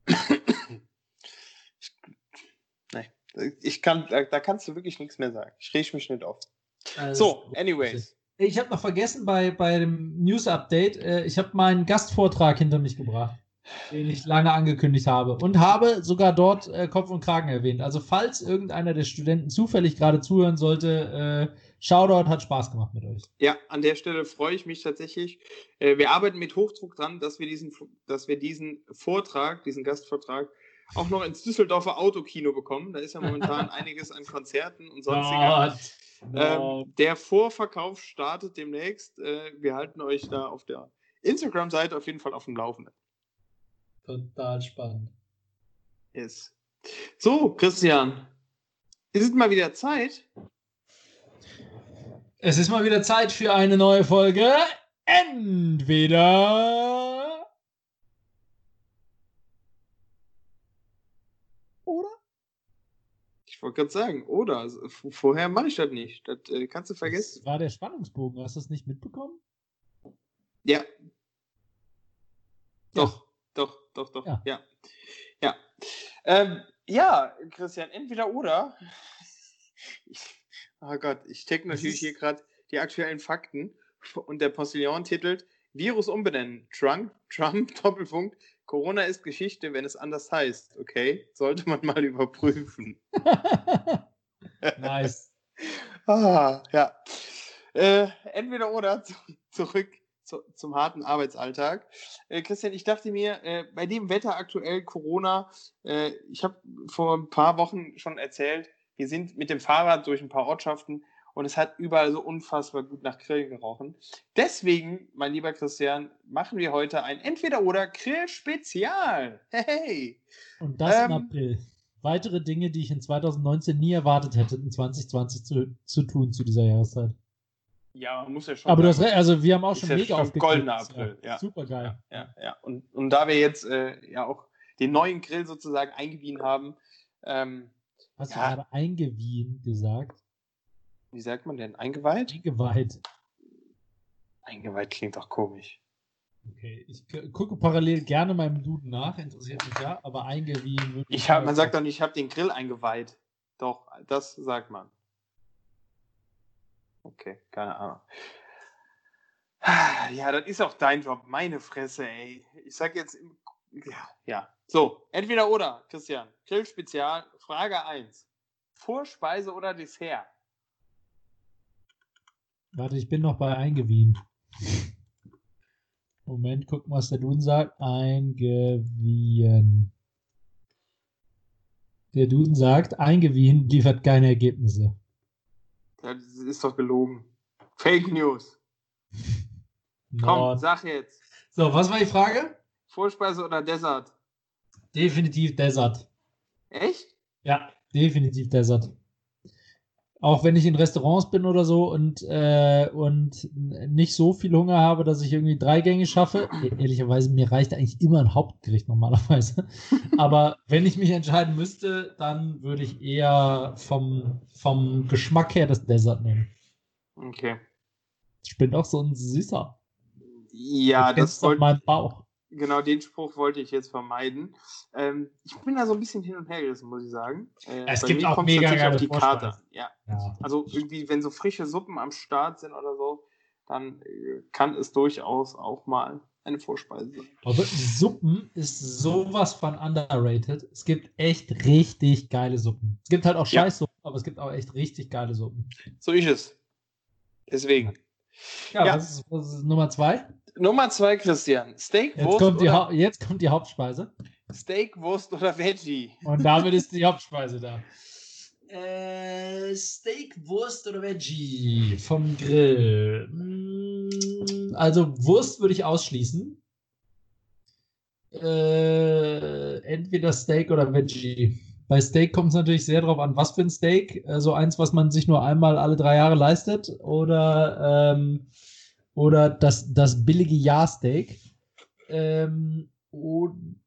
Nein, ich kann, da, da kannst du wirklich nichts mehr sagen. Ich reg mich nicht auf. Also, so, anyways. Ich habe noch vergessen bei, bei dem News-Update, äh, ich habe meinen Gastvortrag hinter mich gebracht, den ich lange angekündigt habe und habe sogar dort äh, Kopf und Kragen erwähnt. Also falls irgendeiner der Studenten zufällig gerade zuhören sollte, äh, Shoutout, hat Spaß gemacht mit euch. Ja, an der Stelle freue ich mich tatsächlich. Äh, wir arbeiten mit Hochdruck dran, dass wir diesen, dass wir diesen Vortrag, diesen Gastvortrag auch noch ins Düsseldorfer Autokino bekommen. Da ist ja momentan einiges an Konzerten und sonstiger. Ähm, der Vorverkauf startet demnächst. Äh, wir halten euch da auf der Instagram-Seite auf jeden Fall auf dem Laufenden. Total spannend. Yes. So, Christian, ist es mal wieder Zeit? Es ist mal wieder Zeit für eine neue Folge. Entweder oder? Ich wollte gerade sagen, oder? Also, vorher mache ich das nicht. Das äh, kannst du vergessen. Das war der Spannungsbogen. Hast du das nicht mitbekommen? Ja. Doch, ja. doch, doch, doch. Ja. Ja, ja. Ähm, ja, Christian, entweder oder. Ich, oh Gott, ich check natürlich hier gerade die aktuellen Fakten und der Postillon titelt Virus umbenennen. Trump, Trump, Doppelpunkt. Corona ist Geschichte, wenn es anders heißt. Okay, sollte man mal überprüfen. Nice. ah, ja. Äh, entweder oder, zu, zurück zu, zum harten Arbeitsalltag. Äh, Christian, ich dachte mir, äh, bei dem Wetter aktuell Corona, äh, ich habe vor ein paar Wochen schon erzählt, wir sind mit dem Fahrrad durch ein paar Ortschaften und es hat überall so unfassbar gut nach Grill gerochen. Deswegen, mein lieber Christian, machen wir heute ein Entweder-oder-Grill-Spezial. Hey! Und das Ähm, im April. Weitere Dinge, die ich in zwanzig neunzehn nie erwartet hätte, in zwanzig zwanzig zu, zu tun zu dieser Jahreszeit. Ja, man muss ja schon Aber sagen, du hast recht, also wir haben auch ist schon ja mega schon aufgekriegt. goldener April. Ja. Super geil. Ja, ja, ja. Und, und da wir jetzt äh, ja auch den neuen Grill sozusagen eingewiesen haben, ähm, Hast ja. du gerade eingewiehen gesagt? Wie sagt man denn? Eingeweiht? Eingeweiht. Eingeweiht klingt doch komisch. Okay, ich k- gucke parallel gerne meinem Duden nach, interessiert mich ja, aber eingewiehen würde Ich hab, man sagt doch nicht, ich habe den Grill eingeweiht. Doch, das sagt man. Okay, keine Ahnung. Ja, das ist auch dein Job, meine Fresse, ey. Ich sag jetzt, im, ja, ja. So, entweder oder, Christian. Grill-Spezial, Frage eins. Vorspeise oder Dessert? Warte, ich bin noch bei eingewiehen. Moment, gucken, was der Duden sagt. Eingewiehen. Der Duden sagt, eingewiehen liefert keine Ergebnisse. Das ist doch gelogen. Fake News. Nord. Komm, sag jetzt. So, was war die Frage? Vorspeise oder Dessert? Definitiv Desert. Echt? Ja, definitiv Desert. Auch wenn ich in Restaurants bin oder so und, äh, und nicht so viel Hunger habe, dass ich irgendwie drei Gänge schaffe. E- Ehrlicherweise, mir reicht eigentlich immer ein Hauptgericht normalerweise. Aber wenn ich mich entscheiden müsste, dann würde ich eher vom, vom Geschmack her das Desert nehmen. Okay. Ich bin doch so ein Süßer. Ja, Du kennst das doch wollte meinen Bauch. Genau, den Spruch wollte ich jetzt vermeiden. Ähm, ich bin da so ein bisschen hin und her gerissen, muss ich sagen. Äh, Es bei gibt mir auch kommt's mega natürlich geile auf die Karte Vorspeisen. an. Ja. Ja. Also irgendwie, wenn so frische Suppen am Start sind oder so, dann äh, kann es durchaus auch mal eine Vorspeise sein. Aber wirklich, Suppen ist sowas von underrated. Es gibt echt richtig geile Suppen. Es gibt halt auch Ja. Scheißsuppen, aber es gibt auch echt richtig geile Suppen. So ist es. Deswegen. Ja, Ja. Was, ist, was ist Nummer zwei? Nummer zwei, Christian. Steak, Jetzt Wurst kommt, die oder Hau- jetzt kommt die Hauptspeise. Steak, Wurst oder Veggie? Und damit ist die Hauptspeise da. Äh, Steak, Wurst oder Veggie vom Grill. Mm, Also Wurst würde ich ausschließen. Äh, entweder Steak oder Veggie. Bei Steak kommt es natürlich sehr drauf an, was für ein Steak. Äh, so eins, was man sich nur einmal alle drei Jahre leistet. Oder, ähm, oder das, das billige Jahrsteak. Ähm, und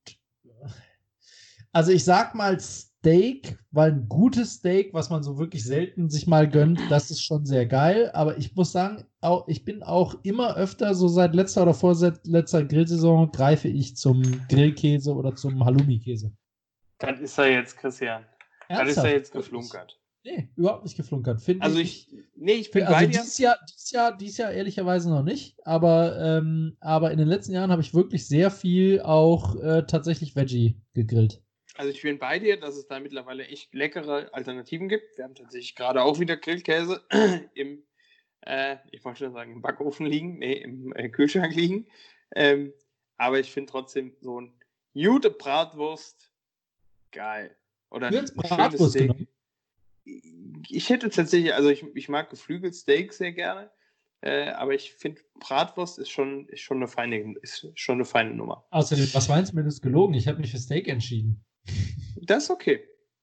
also ich sag mal Steak, weil ein gutes Steak, was man so wirklich selten sich mal gönnt, das ist schon sehr geil. Aber ich muss sagen, auch, ich bin auch immer öfter, so seit letzter oder vorletzter Grillsaison, greife ich zum Grillkäse oder zum Halloumi-Käse. Das ist er jetzt, Christian. Das ist er jetzt geflunkert. Nee, überhaupt nicht geflunkert. Finde Also ich, nee, ich bin also bei dir. dieses Jahr, dieses Jahr, dieses Jahr ehrlicherweise noch nicht, aber, ähm, aber in den letzten Jahren habe ich wirklich sehr viel auch äh, tatsächlich Veggie gegrillt. Also ich bin bei dir, dass es da mittlerweile echt leckere Alternativen gibt. Wir haben tatsächlich gerade auch wieder Grillkäse im, äh, ich wollte schon sagen, im Backofen liegen, nee, im äh, Kühlschrank liegen. Ähm, aber ich finde trotzdem so ein gute Bratwurst geil. Oder Du ein hast schönes Bratwurst Steak. genommen? Ich hätte tatsächlich, also ich, ich mag Geflügelsteak sehr gerne, äh, aber ich finde Bratwurst ist schon, ist schon eine feine, ist schon eine feine Nummer. Außerdem, was meinst du mir, das ist gelogen? Ich habe mich für Steak entschieden. Das ist okay.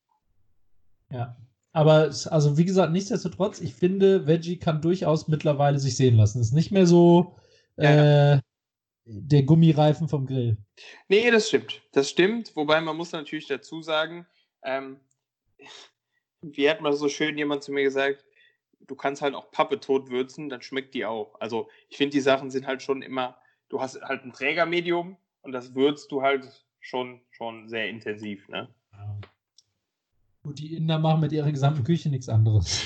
Ja. Aber es- also wie gesagt, nichtsdestotrotz, ich finde, Veggie kann durchaus mittlerweile sich sehen lassen. Es ist nicht mehr so Ja, äh, der Gummireifen vom Grill. Nee, das stimmt. Das stimmt, wobei man muss natürlich dazu sagen, ähm, wie hat mal so schön jemand zu mir gesagt, du kannst halt auch Pappe tot würzen, dann schmeckt die auch. Also ich finde, die Sachen sind halt schon immer, du hast halt ein Trägermedium und das würzt du halt schon, schon sehr intensiv, ne? Ja. Gut, die Inder machen mit ihrer gesamten Küche nichts anderes.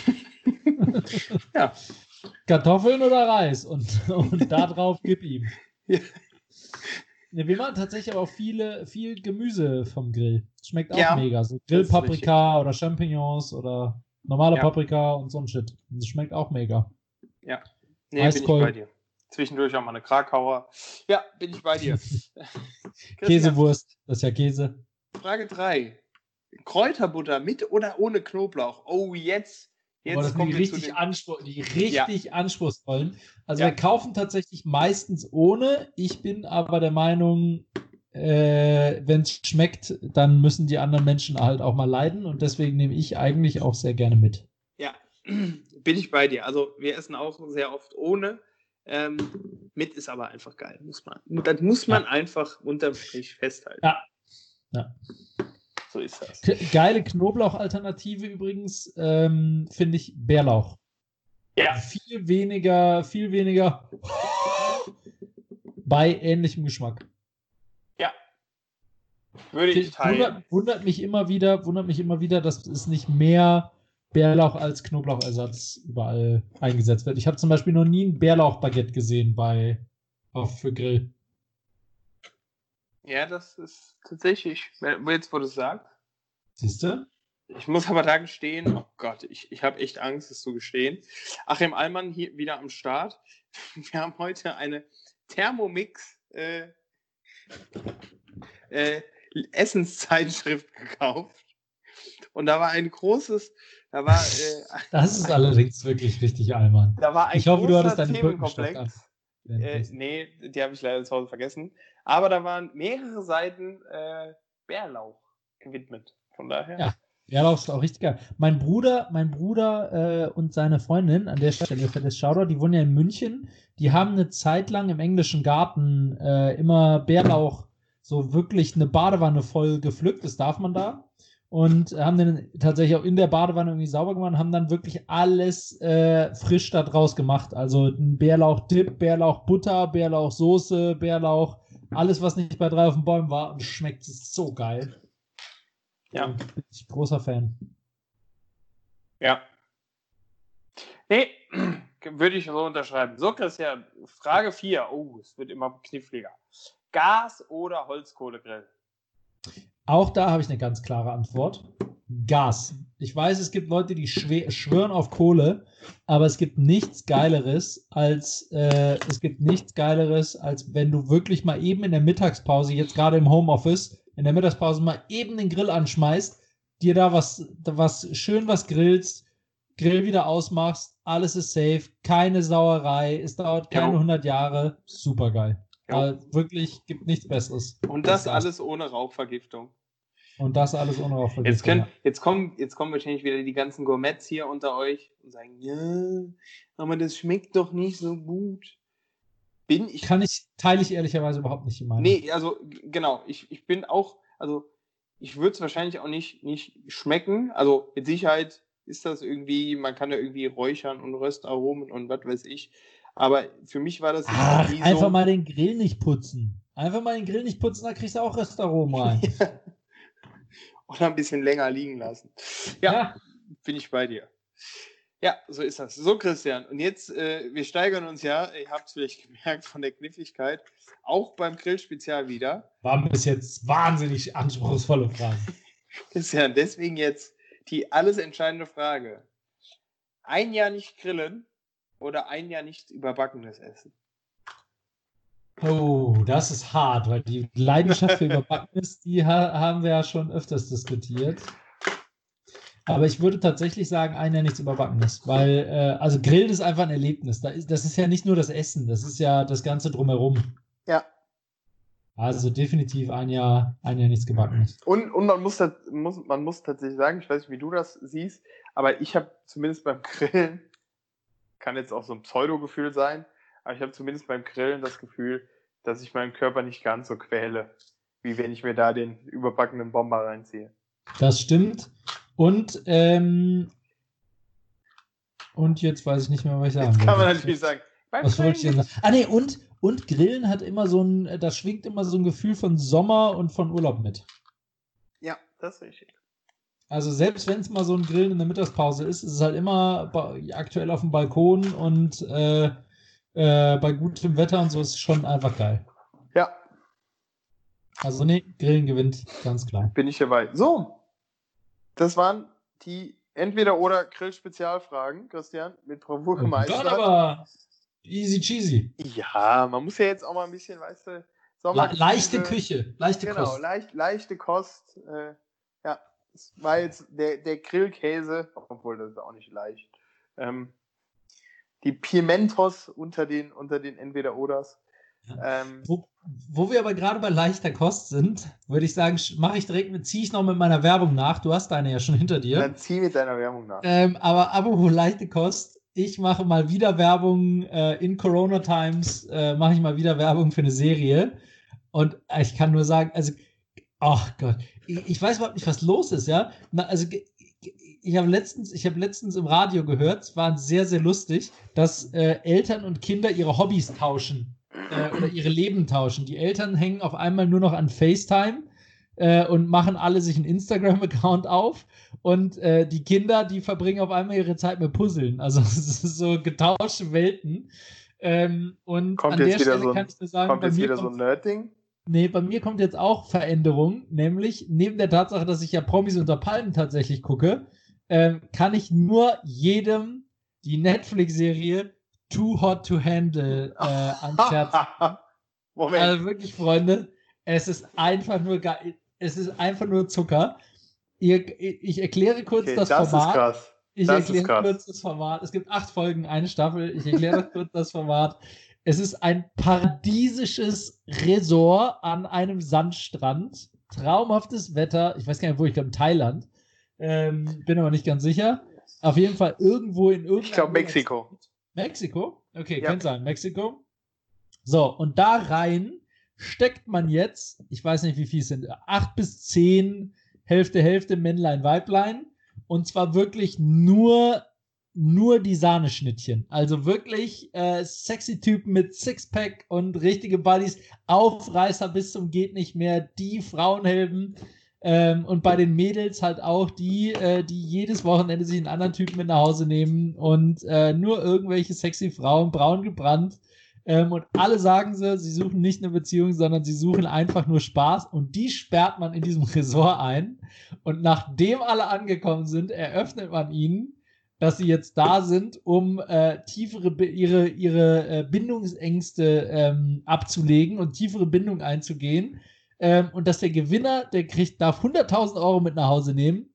Ja. Kartoffeln oder Reis und, und da drauf gib ihm. Ja. Ja, wir machen tatsächlich aber auch viele, viel Gemüse vom Grill. Schmeckt auch Ja, mega. So das ist Grillpaprika oder Champignons oder normale Ja. Paprika und so ein Shit. Und das schmeckt auch mega. Ja, nee, bin ich Weißkohl. bei dir. Zwischendurch auch mal eine Krakauer. Ja, bin ich bei dir. Christian, Käsewurst, das ist ja Käse. Frage drei. Kräuterbutter mit oder ohne Knoblauch? Oh, jetzt, Jetzt Aber das sind kommen die wir zu richtig, den- Anspruch, die richtig Ja. anspruchsvollen. Also Ja. wir kaufen tatsächlich meistens ohne. Ich bin aber der Meinung, äh, wenn es schmeckt, dann müssen die anderen Menschen halt auch mal leiden. Und deswegen nehme ich eigentlich auch sehr gerne mit. Ja, bin ich bei dir. Also wir essen auch sehr oft ohne. Ähm, mit ist aber einfach geil, muss man. Das muss man Ja. einfach unterm Strich festhalten. Ja. Ja. So ist das. K geile Knoblauch-Alternative übrigens, ähm, finde ich Bärlauch. Ja. Viel weniger, viel weniger bei ähnlichem Geschmack. Ja. Würde ich teilen. Wundert, wundert mich immer wieder, wundert mich immer wieder, dass es nicht mehr Bärlauch als Knoblauchersatz überall eingesetzt wird. Ich habe zum Beispiel noch nie ein Bärlauchbaguette gesehen bei auf für Grill. Ja, das ist tatsächlich, jetzt wo du es sagst. Siehst du? Ich muss aber da gestehen, oh Gott, ich, ich habe echt Angst, es zu gestehen. Achim Allmann hier wieder am Start. Wir haben heute eine Thermomix äh, äh, Essenszeitschrift gekauft. Und da war ein großes, da war äh, Das ist ein, allerdings wirklich richtig Allmann. da war ein Ich hoffe, du großer hattest deine Birkenstock an. Themenkomplex. Äh, nee, die habe ich leider zu Hause vergessen. Aber da waren mehrere Seiten äh, Bärlauch gewidmet. Von daher. Ja, Bärlauch ist auch richtig geil. Mein Bruder, mein Bruder äh, und seine Freundin, an der Stelle fettes Shoutout, die wohnen ja in München. Die haben eine Zeit lang im englischen Garten äh, immer Bärlauch so wirklich eine Badewanne voll gepflückt. Das darf man da. Und haben dann tatsächlich auch in der Badewanne irgendwie sauber gemacht und haben dann wirklich alles äh, frisch da draus gemacht. Also ein Bärlauch-Dip, Bärlauch-Butter, Bärlauch-Soße, Bärlauch, alles, was nicht bei drei auf den Bäumen war. Und schmeckt so geil. Ja. Bin ich großer Fan. Ja. Nee, würde ich so unterschreiben. So, Christian, Frage vier. Oh, es wird immer kniffliger. Gas- oder Holzkohlegrill? Auch da habe ich eine ganz klare Antwort. Gas. Ich weiß, es gibt Leute, die schw- schwören auf Kohle, aber es gibt nichts Geileres als äh, es gibt nichts Geileres, als wenn du wirklich mal eben in der Mittagspause, jetzt gerade im Homeoffice, in der Mittagspause mal eben den Grill anschmeißt, dir da was, was schön was grillst, Grill wieder ausmachst, alles ist safe, keine Sauerei, es dauert keine Jo. hundert Jahre, super geil. Jo. Also wirklich gibt nichts Besseres. Und das als alles ohne Rauchvergiftung. Und das alles ohne Rauchvergiftung. Jetzt, können, ja. jetzt, kommen, jetzt kommen wahrscheinlich wieder die ganzen Gourmets hier unter euch und sagen, ja, aber das schmeckt doch nicht so gut. Bin ich. Kann ich, teile ich ehrlicherweise überhaupt nicht die Meinung. Nee, also g- genau, ich, ich bin auch, also ich würde es wahrscheinlich auch nicht, nicht schmecken. Also mit Sicherheit ist das irgendwie, man kann ja irgendwie räuchern und Röstaromen und was weiß ich. Aber für mich war das jetzt Ach, auch nie einfach so. mal den Grill nicht putzen. Einfach mal den Grill nicht putzen, da kriegst du auch Röstaromen rein. Oder ein bisschen länger liegen lassen. Ja, Ja. bin ich bei dir. Ja, so ist das. So, Christian. Und jetzt, äh, wir steigern uns ja, ihr habt es vielleicht gemerkt, von der Kniffligkeit, auch beim Grillspezial wieder. Waren bis jetzt wahnsinnig anspruchsvolle Fragen. Christian, deswegen jetzt die alles entscheidende Frage. Ein Jahr nicht grillen oder ein Jahr nicht überbackenes Essen? Oh, das ist hart, weil die Leidenschaft für Überbackenes, die ha haben wir ja schon öfters diskutiert. Aber ich würde tatsächlich sagen, ein Jahr nichts Überbackenes, weil, äh, also Grillen ist einfach ein Erlebnis. Da ist, das ist ja nicht nur das Essen, das ist ja das Ganze drumherum. Ja. Also definitiv ein Jahr, ein Jahr nichts Gebackenes. Und, und man, muss, das, muss, man muss tatsächlich sagen, ich weiß nicht, wie du das siehst, aber ich habe zumindest beim Grillen, kann jetzt auch so ein Pseudo-Gefühl sein, aber ich habe zumindest beim Grillen das Gefühl, dass ich meinen Körper nicht ganz so quäle, wie wenn ich mir da den überbackenen Bomber reinziehe. Das stimmt. Und, ähm, und jetzt weiß ich nicht mehr, was ich sagen Jetzt kann man wollte. natürlich sagen, beim Was wollte ich denn Grillen sagen? Ah, nee, und, und Grillen hat immer so ein, da schwingt immer so ein Gefühl von Sommer und von Urlaub mit. Ja, das ist richtig. Also selbst wenn es mal so ein Grillen in der Mittagspause ist, ist es halt immer bei, aktuell auf dem Balkon und äh, äh, bei gutem Wetter und so ist es schon einfach geil. Ja, Also nee, Grillen gewinnt, ganz klar. bin ich dabei. So, das waren die Entweder-oder-Grill-Spezialfragen, Christian, mit Bravour Dann gemeistert. aber easy cheesy. Ja, man muss ja jetzt auch mal ein bisschen, weißt du, Le Sommergefühle- leichte Küche, leichte Genau, Kost. leicht, leichte Kost. Äh, ja, es war jetzt der, der Grillkäse, obwohl das ist auch nicht leicht. Ähm, die Pimentos unter den, unter den Entweder-Oders. Ja. Ähm, wo, wo wir aber gerade bei leichter Kost sind, würde ich sagen, mache ich direkt mit, ziehe ich noch mit meiner Werbung nach. Du hast deine ja schon hinter dir. Dann zieh mit deiner Werbung nach. Ähm, aber apropos leichte Kost, ich mache mal wieder Werbung äh, in Corona Times, äh, mache ich mal wieder Werbung für eine Serie. Und ich kann nur sagen, also, oh Gott, ich, ich weiß überhaupt nicht, was los ist, ja. Na, also ich habe letztens, ich habe letztens im Radio gehört, es war sehr, sehr lustig, dass äh, Eltern und Kinder ihre Hobbys tauschen äh, oder ihre Leben tauschen. Die Eltern hängen auf einmal nur noch an FaceTime äh, und machen alle sich einen Instagram-Account auf und äh, die Kinder, die verbringen auf einmal ihre Zeit mit Puzzeln. Also es ist so getauschte Welten. Ähm, und kommt an jetzt der wieder Stelle so ein, kann ich nur sagen, kommt bei jetzt mir wieder kommt so ein Nerd-Ding? Nee, bei mir kommt jetzt auch Veränderung, nämlich neben der Tatsache, dass ich ja Promis unter Palmen tatsächlich gucke, ähm, kann ich nur jedem die Netflix-Serie Too Hot to Handle äh, ans Herz legen. Moment. Also wirklich, Freunde, es ist einfach nur geil. Es ist einfach nur Zucker. Ihr, ich erkläre kurz Okay, das, das Format. ist krass. Ich Das erkläre ist krass. kurz das Format. Es gibt acht Folgen, eine Staffel. Ich erkläre kurz das Format. Es ist ein paradiesisches Resort an einem Sandstrand. Traumhaftes Wetter. Ich weiß gar nicht, wo, ich glaube in Thailand. Ähm, bin aber nicht ganz sicher. Auf jeden Fall irgendwo in irgendeinem Ich glaube Mexiko. Mexiko? Okay, Ja. könnte sein. Mexiko. So, und da rein steckt man jetzt, ich weiß nicht, wie viel es sind, acht bis zehn, Hälfte, Hälfte, Männlein, Weiblein. Und zwar wirklich nur, nur die Sahneschnittchen. Also wirklich äh, sexy Typen mit Sixpack und richtige Buddies, Aufreißer bis zum geht nicht mehr, die Frauenhelden. Ähm, und bei den Mädels halt auch die, äh, die jedes Wochenende sich einen anderen Typen mit nach Hause nehmen und äh, nur irgendwelche sexy Frauen, braun gebrannt. Ähm, und alle sagen sie, sie suchen nicht eine Beziehung, sondern sie suchen einfach nur Spaß. Und die sperrt man in diesem Resort ein. Und nachdem alle angekommen sind, eröffnet man ihnen, dass sie jetzt da sind, um äh, tiefere ihre, ihre äh, Bindungsängste ähm, abzulegen und tiefere Bindung einzugehen. Ähm, und dass der Gewinner, der kriegt, darf hunderttausend Euro mit nach Hause nehmen.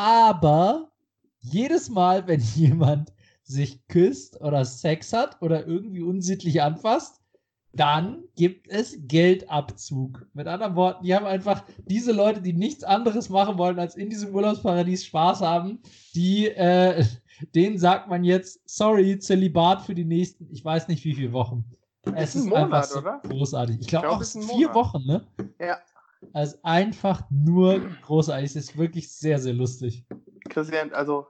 Aber jedes Mal, wenn jemand sich küsst oder Sex hat oder irgendwie unsittlich anfasst, dann gibt es Geldabzug. Mit anderen Worten, die haben einfach diese Leute, die nichts anderes machen wollen, als in diesem Urlaubsparadies Spaß haben, die, äh, denen sagt man jetzt, sorry, Zölibat für die nächsten, ich weiß nicht wie viele Wochen. Es Ist ein ist Monat, einfach so oder? großartig. Ich glaube Ich glaub, auch ist ein vier Monat. Wochen, ne? Ja. Also einfach nur großartig. Es ist wirklich sehr, sehr lustig. Christian, also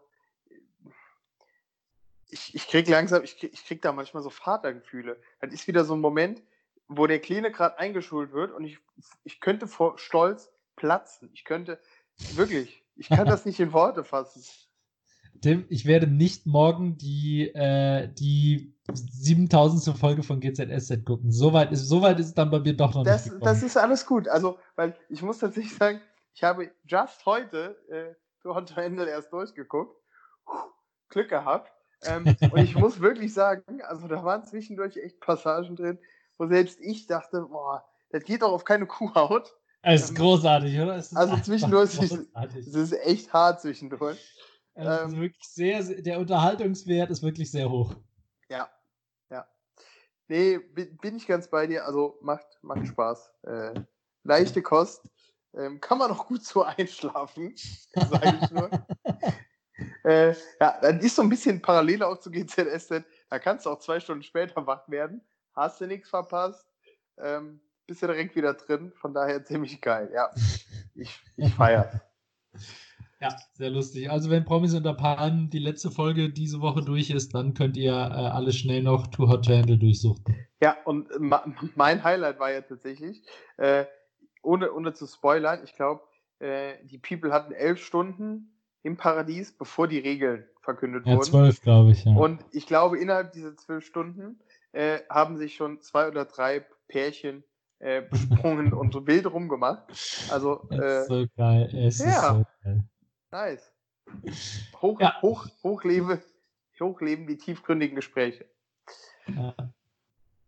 ich, ich krieg langsam, ich krieg, ich krieg da manchmal so Vatergefühle. Das ist wieder so ein Moment, wo der Kleine gerade eingeschult wird und ich, ich könnte vor Stolz platzen. Ich könnte, wirklich, ich kann das nicht in Worte fassen. Tim, ich werde nicht morgen die, äh, die siebentausendste Folge von G Z S Z gucken. Soweit ist, so weit ist es dann bei mir doch noch Das, nicht gekommen. das ist alles gut. Also, weil ich muss tatsächlich sagen, ich habe just heute äh, Too Hot to Handle erst durchgeguckt. Puh, Glück gehabt. Ähm, und ich muss wirklich sagen, also da waren zwischendurch echt Passagen drin, wo selbst ich dachte, boah, das geht doch auf keine Kuhhaut. Es ist ähm, großartig, oder? Es ist also zwischendurch, großartig. es ist echt hart zwischendurch. Es ist wirklich sehr, sehr, der Unterhaltungswert ist wirklich sehr hoch. Ja, ja. Nee, bin, bin ich ganz bei dir. Also macht, macht Spaß. Äh, leichte Kost. Ähm, kann man auch gut so einschlafen, sage ich nur. äh, ja, dann ist so ein bisschen parallel auch zu G Z S Z. Da kannst du auch zwei Stunden später wach werden. Hast du nichts verpasst. Ähm, bist du direkt wieder drin. Von daher ziemlich geil. Ja, ich, ich feiere. Ja, sehr lustig. Also wenn Promis unter Palmen die letzte Folge diese Woche durch ist, dann könnt ihr äh, alle schnell noch Too Hot to Handle durchsuchen. Ja, und ma- mein Highlight war ja tatsächlich, äh, ohne, ohne zu spoilern, ich glaube, äh, die People hatten elf Stunden im Paradies, bevor die Regeln verkündet Ja, wurden. zwölf, glaube ich. Ja. Und ich glaube, innerhalb dieser zwölf Stunden äh, haben sich schon zwei oder drei Pärchen äh, besprungen und so wild rumgemacht. Also, es äh, ist so geil. Es ja, ist so geil. Nice. Hoch, Ja. hoch, hochlebe, hochleben die tiefgründigen Gespräche. Ja.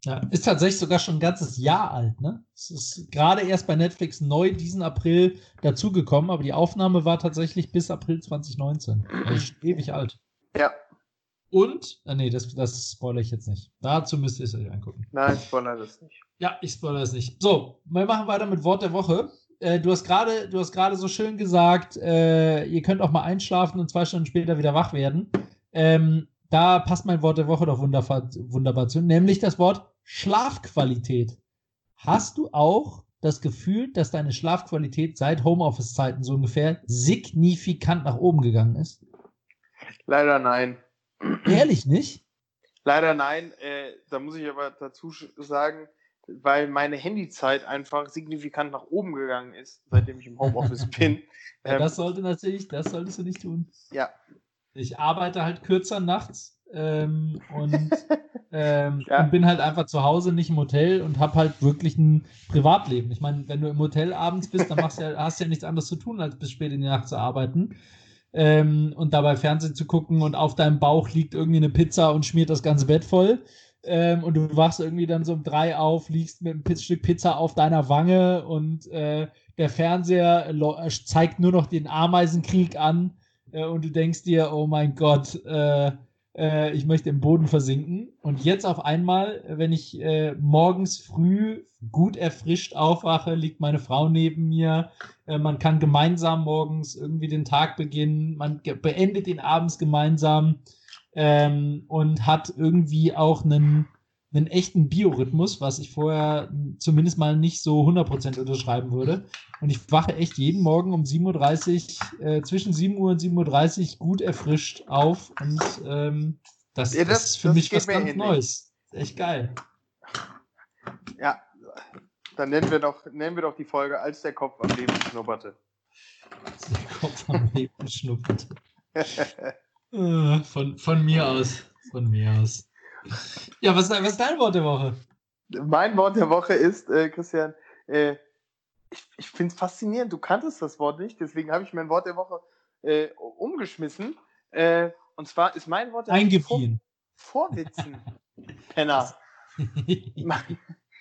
Ja, ist tatsächlich sogar schon ein ganzes Jahr alt, ne? Es ist gerade erst bei Netflix neu diesen April dazugekommen, aber die Aufnahme war tatsächlich bis April zwanzig neunzehn. Also schon ewig alt. Ja. Und, ah, nee, das, das spoilere ich jetzt nicht. Dazu müsst ihr es euch angucken. Nein, spoiler das nicht. Ja, ich spoilere es nicht. So, wir machen weiter mit Wort der Woche. Äh, du hast gerade, du hast gerade so schön gesagt, äh, ihr könnt auch mal einschlafen und zwei Stunden später wieder wach werden. Ähm, da passt mein Wort der Woche doch wunderbar, wunderbar zu, nämlich das Wort Schlafqualität. Hast du auch das Gefühl, dass deine Schlafqualität seit Homeoffice-Zeiten so ungefähr signifikant nach oben gegangen ist? Leider nein. Ehrlich nicht? Leider nein. Äh, da muss ich aber dazu sagen, weil meine Handyzeit einfach signifikant nach oben gegangen ist, seitdem ich im Homeoffice bin. Ja, das sollte natürlich, das solltest du nicht tun. Ja. Ich arbeite halt kürzer nachts ähm, und, ähm, Ja. und bin halt einfach zu Hause, nicht im Hotel und habe halt wirklich ein Privatleben. Ich meine, wenn du im Hotel abends bist, dann machst du ja, hast du ja nichts anderes zu tun, als bis spät in die Nacht zu arbeiten ähm, und dabei Fernsehen zu gucken und auf deinem Bauch liegt irgendwie eine Pizza und schmiert das ganze Bett voll. Ähm, und du wachst irgendwie dann so um drei auf, liegst mit einem Stück Pizza auf deiner Wange und äh, der Fernseher zeigt nur noch den Ameisenkrieg an. Und du denkst dir, oh mein Gott, äh, äh, ich möchte im Boden versinken. Und jetzt auf einmal, wenn ich äh, morgens früh gut erfrischt aufwache, liegt meine Frau neben mir. Äh, man kann gemeinsam morgens irgendwie den Tag beginnen. Man ge- beendet ihn abends gemeinsam ähm, und hat irgendwie auch einen, einen echten Biorhythmus, was ich vorher zumindest mal nicht so hundert Prozent unterschreiben würde. Und ich wache echt jeden Morgen um sieben Uhr dreißig, äh, zwischen sieben Uhr und sieben Uhr dreißig gut erfrischt auf. Und ähm, das, Ja, das, das- ist für das mich geht was mir ganz ähnlich. Neues. Ist echt geil. Ja. Dann nennen wir doch, nennen wir doch die Folge, als der Kopf am Leben schnupperte. Der Kopf am Leben schnuppert. Äh, von, von mir aus. Von mir aus. Ja, was, was ist dein Wort der Woche? Mein Wort der Woche ist, äh, Christian, äh, ich, ich finde es faszinierend, du kanntest das Wort nicht, deswegen habe ich mein Wort der Woche äh, umgeschmissen. Äh, und zwar ist mein Wort der Woche Eingefielen. Vor, Vorwitzen. Penner. mein,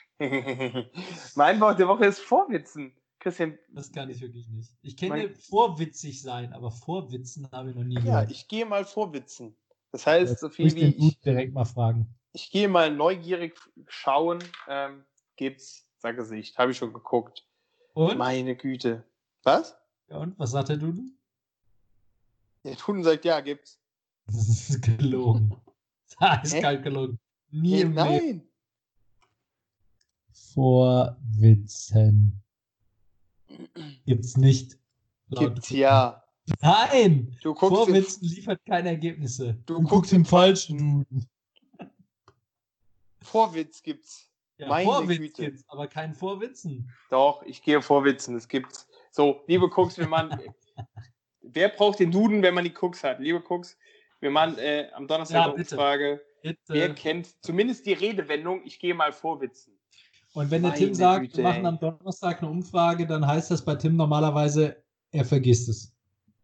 mein Wort der Woche ist Vorwitzen. Christian. Das kann ich wirklich nicht. Ich kenne mein, vorwitzig sein, aber Vorwitzen habe ich noch nie ja, gehört. Ja, ich gehe mal vorwitzen. Das heißt, das so viel wie ich direkt mal fragen. Ich gehe mal neugierig schauen. Ähm, gibt's, sag es nicht, habe ich schon geguckt. Und? Meine Güte. Was? Ja, und was sagt der Duden? Der Duden sagt, ja, gibt's. Das ist gelogen. Das ist kalt gelogen. Nie Hey, im nein. Leben. Vorwitzen. Gibt's nicht. Gibt's ja. Nein! Du guckst Vorwitzen den, liefert keine Ergebnisse. Du, du guckst, guckst den falschen Duden. Vorwitz gibt's. Ja, Meine Vorwitz Güte. gibt's, aber kein Vorwitzen. Doch, ich gehe Vorwitzen, es gibt's. So, liebe Cooks, wenn man. Wer braucht den Duden, wenn man die Cooks hat? Liebe Cooks, wir machen äh, am Donnerstag ja, eine Umfrage. Bitte. Wer kennt zumindest die Redewendung, ich gehe mal vorwitzen? Und wenn der Meine Tim sagt, Güte, wir machen ey. am Donnerstag eine Umfrage, dann heißt das bei Tim normalerweise, er vergisst es.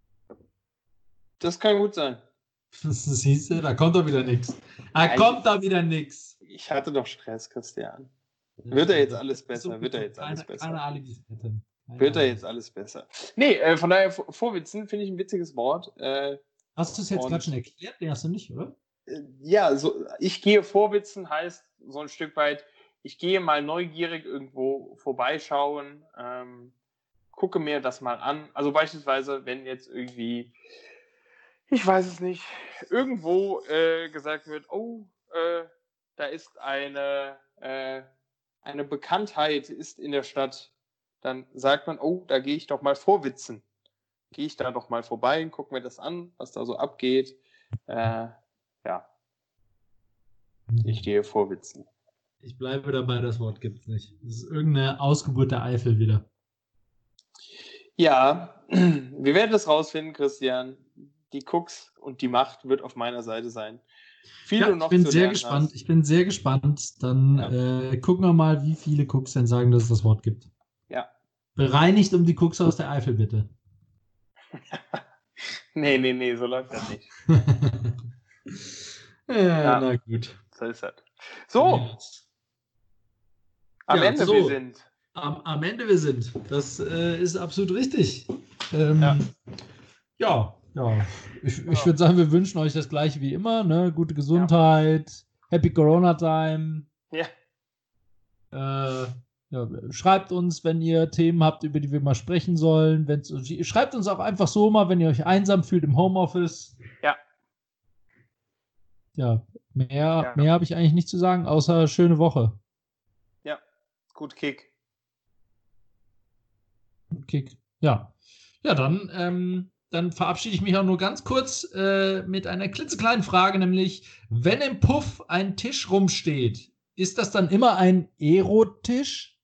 Das kann gut sein. Siehst du, da kommt doch wieder nichts. Da Nein, kommt da wieder nichts. Ich hatte doch Stress, Christian. Wird er jetzt alles besser? So Wird er jetzt keine, alles besser? Keine Alibis, Tim. Keine Wird er Alibis. jetzt alles besser? Nee, äh, von daher, Vorwitzen finde ich ein witziges Wort. Äh, hast du es jetzt und- gerade schon erklärt? Nee, hast du nicht, oder? äh, ja, so, ich gehe vorwitzen heißt so ein Stück weit, ich gehe mal neugierig irgendwo vorbeischauen, ähm, gucke mir das mal an. Also beispielsweise, wenn jetzt irgendwie, ich weiß es nicht, irgendwo äh, gesagt wird, oh, äh, da ist eine, äh, eine Bekanntheit ist in der Stadt, dann sagt man, oh, da gehe ich doch mal vorwitzen. Gehe ich da doch mal vorbei und gucke mir das an, was da so abgeht. Äh, ja, ich gehe vorwitzen. Ich bleibe dabei, das Wort gibt es nicht. Das ist irgendeine Ausgeburt der Eifel wieder. Ja, wir werden das rausfinden, Christian. Die Cooks und die Macht wird auf meiner Seite sein. Viel Ja, du noch ich bin zu sehr lernen gespannt. hast. Ich bin sehr gespannt. Dann Ja. äh, gucken wir mal, wie viele Cooks denn sagen, dass es das Wort gibt. Ja. Bereinigt um die Cooks aus der Eifel, bitte. Nee, nee, nee, so läuft das nicht. ja, Ja. na gut. So ist das. So, Am Ja, Ende so. wir sind. Am, am Ende wir sind. Das äh, ist absolut richtig. Ähm, Ja. ja, ja. Ich, Ja. ich würde sagen, wir wünschen euch das Gleiche wie immer. Ne? Gute Gesundheit, Happy Corona-Time. Ja. Äh, ja, schreibt uns, wenn ihr Themen habt, über die wir mal sprechen sollen. Wenn's, schreibt uns auch einfach so mal, wenn ihr euch einsam fühlt im Homeoffice. Ja. Ja, mehr, Ja. mehr habe ich eigentlich nicht zu sagen, außer schöne Woche. Ja, gut Kick. Kick. Ja. Ja, dann, ähm, dann verabschiede ich mich auch nur ganz kurz äh, mit einer klitzekleinen Frage, nämlich, wenn im Puff ein Tisch rumsteht, ist das dann immer ein Aerotisch?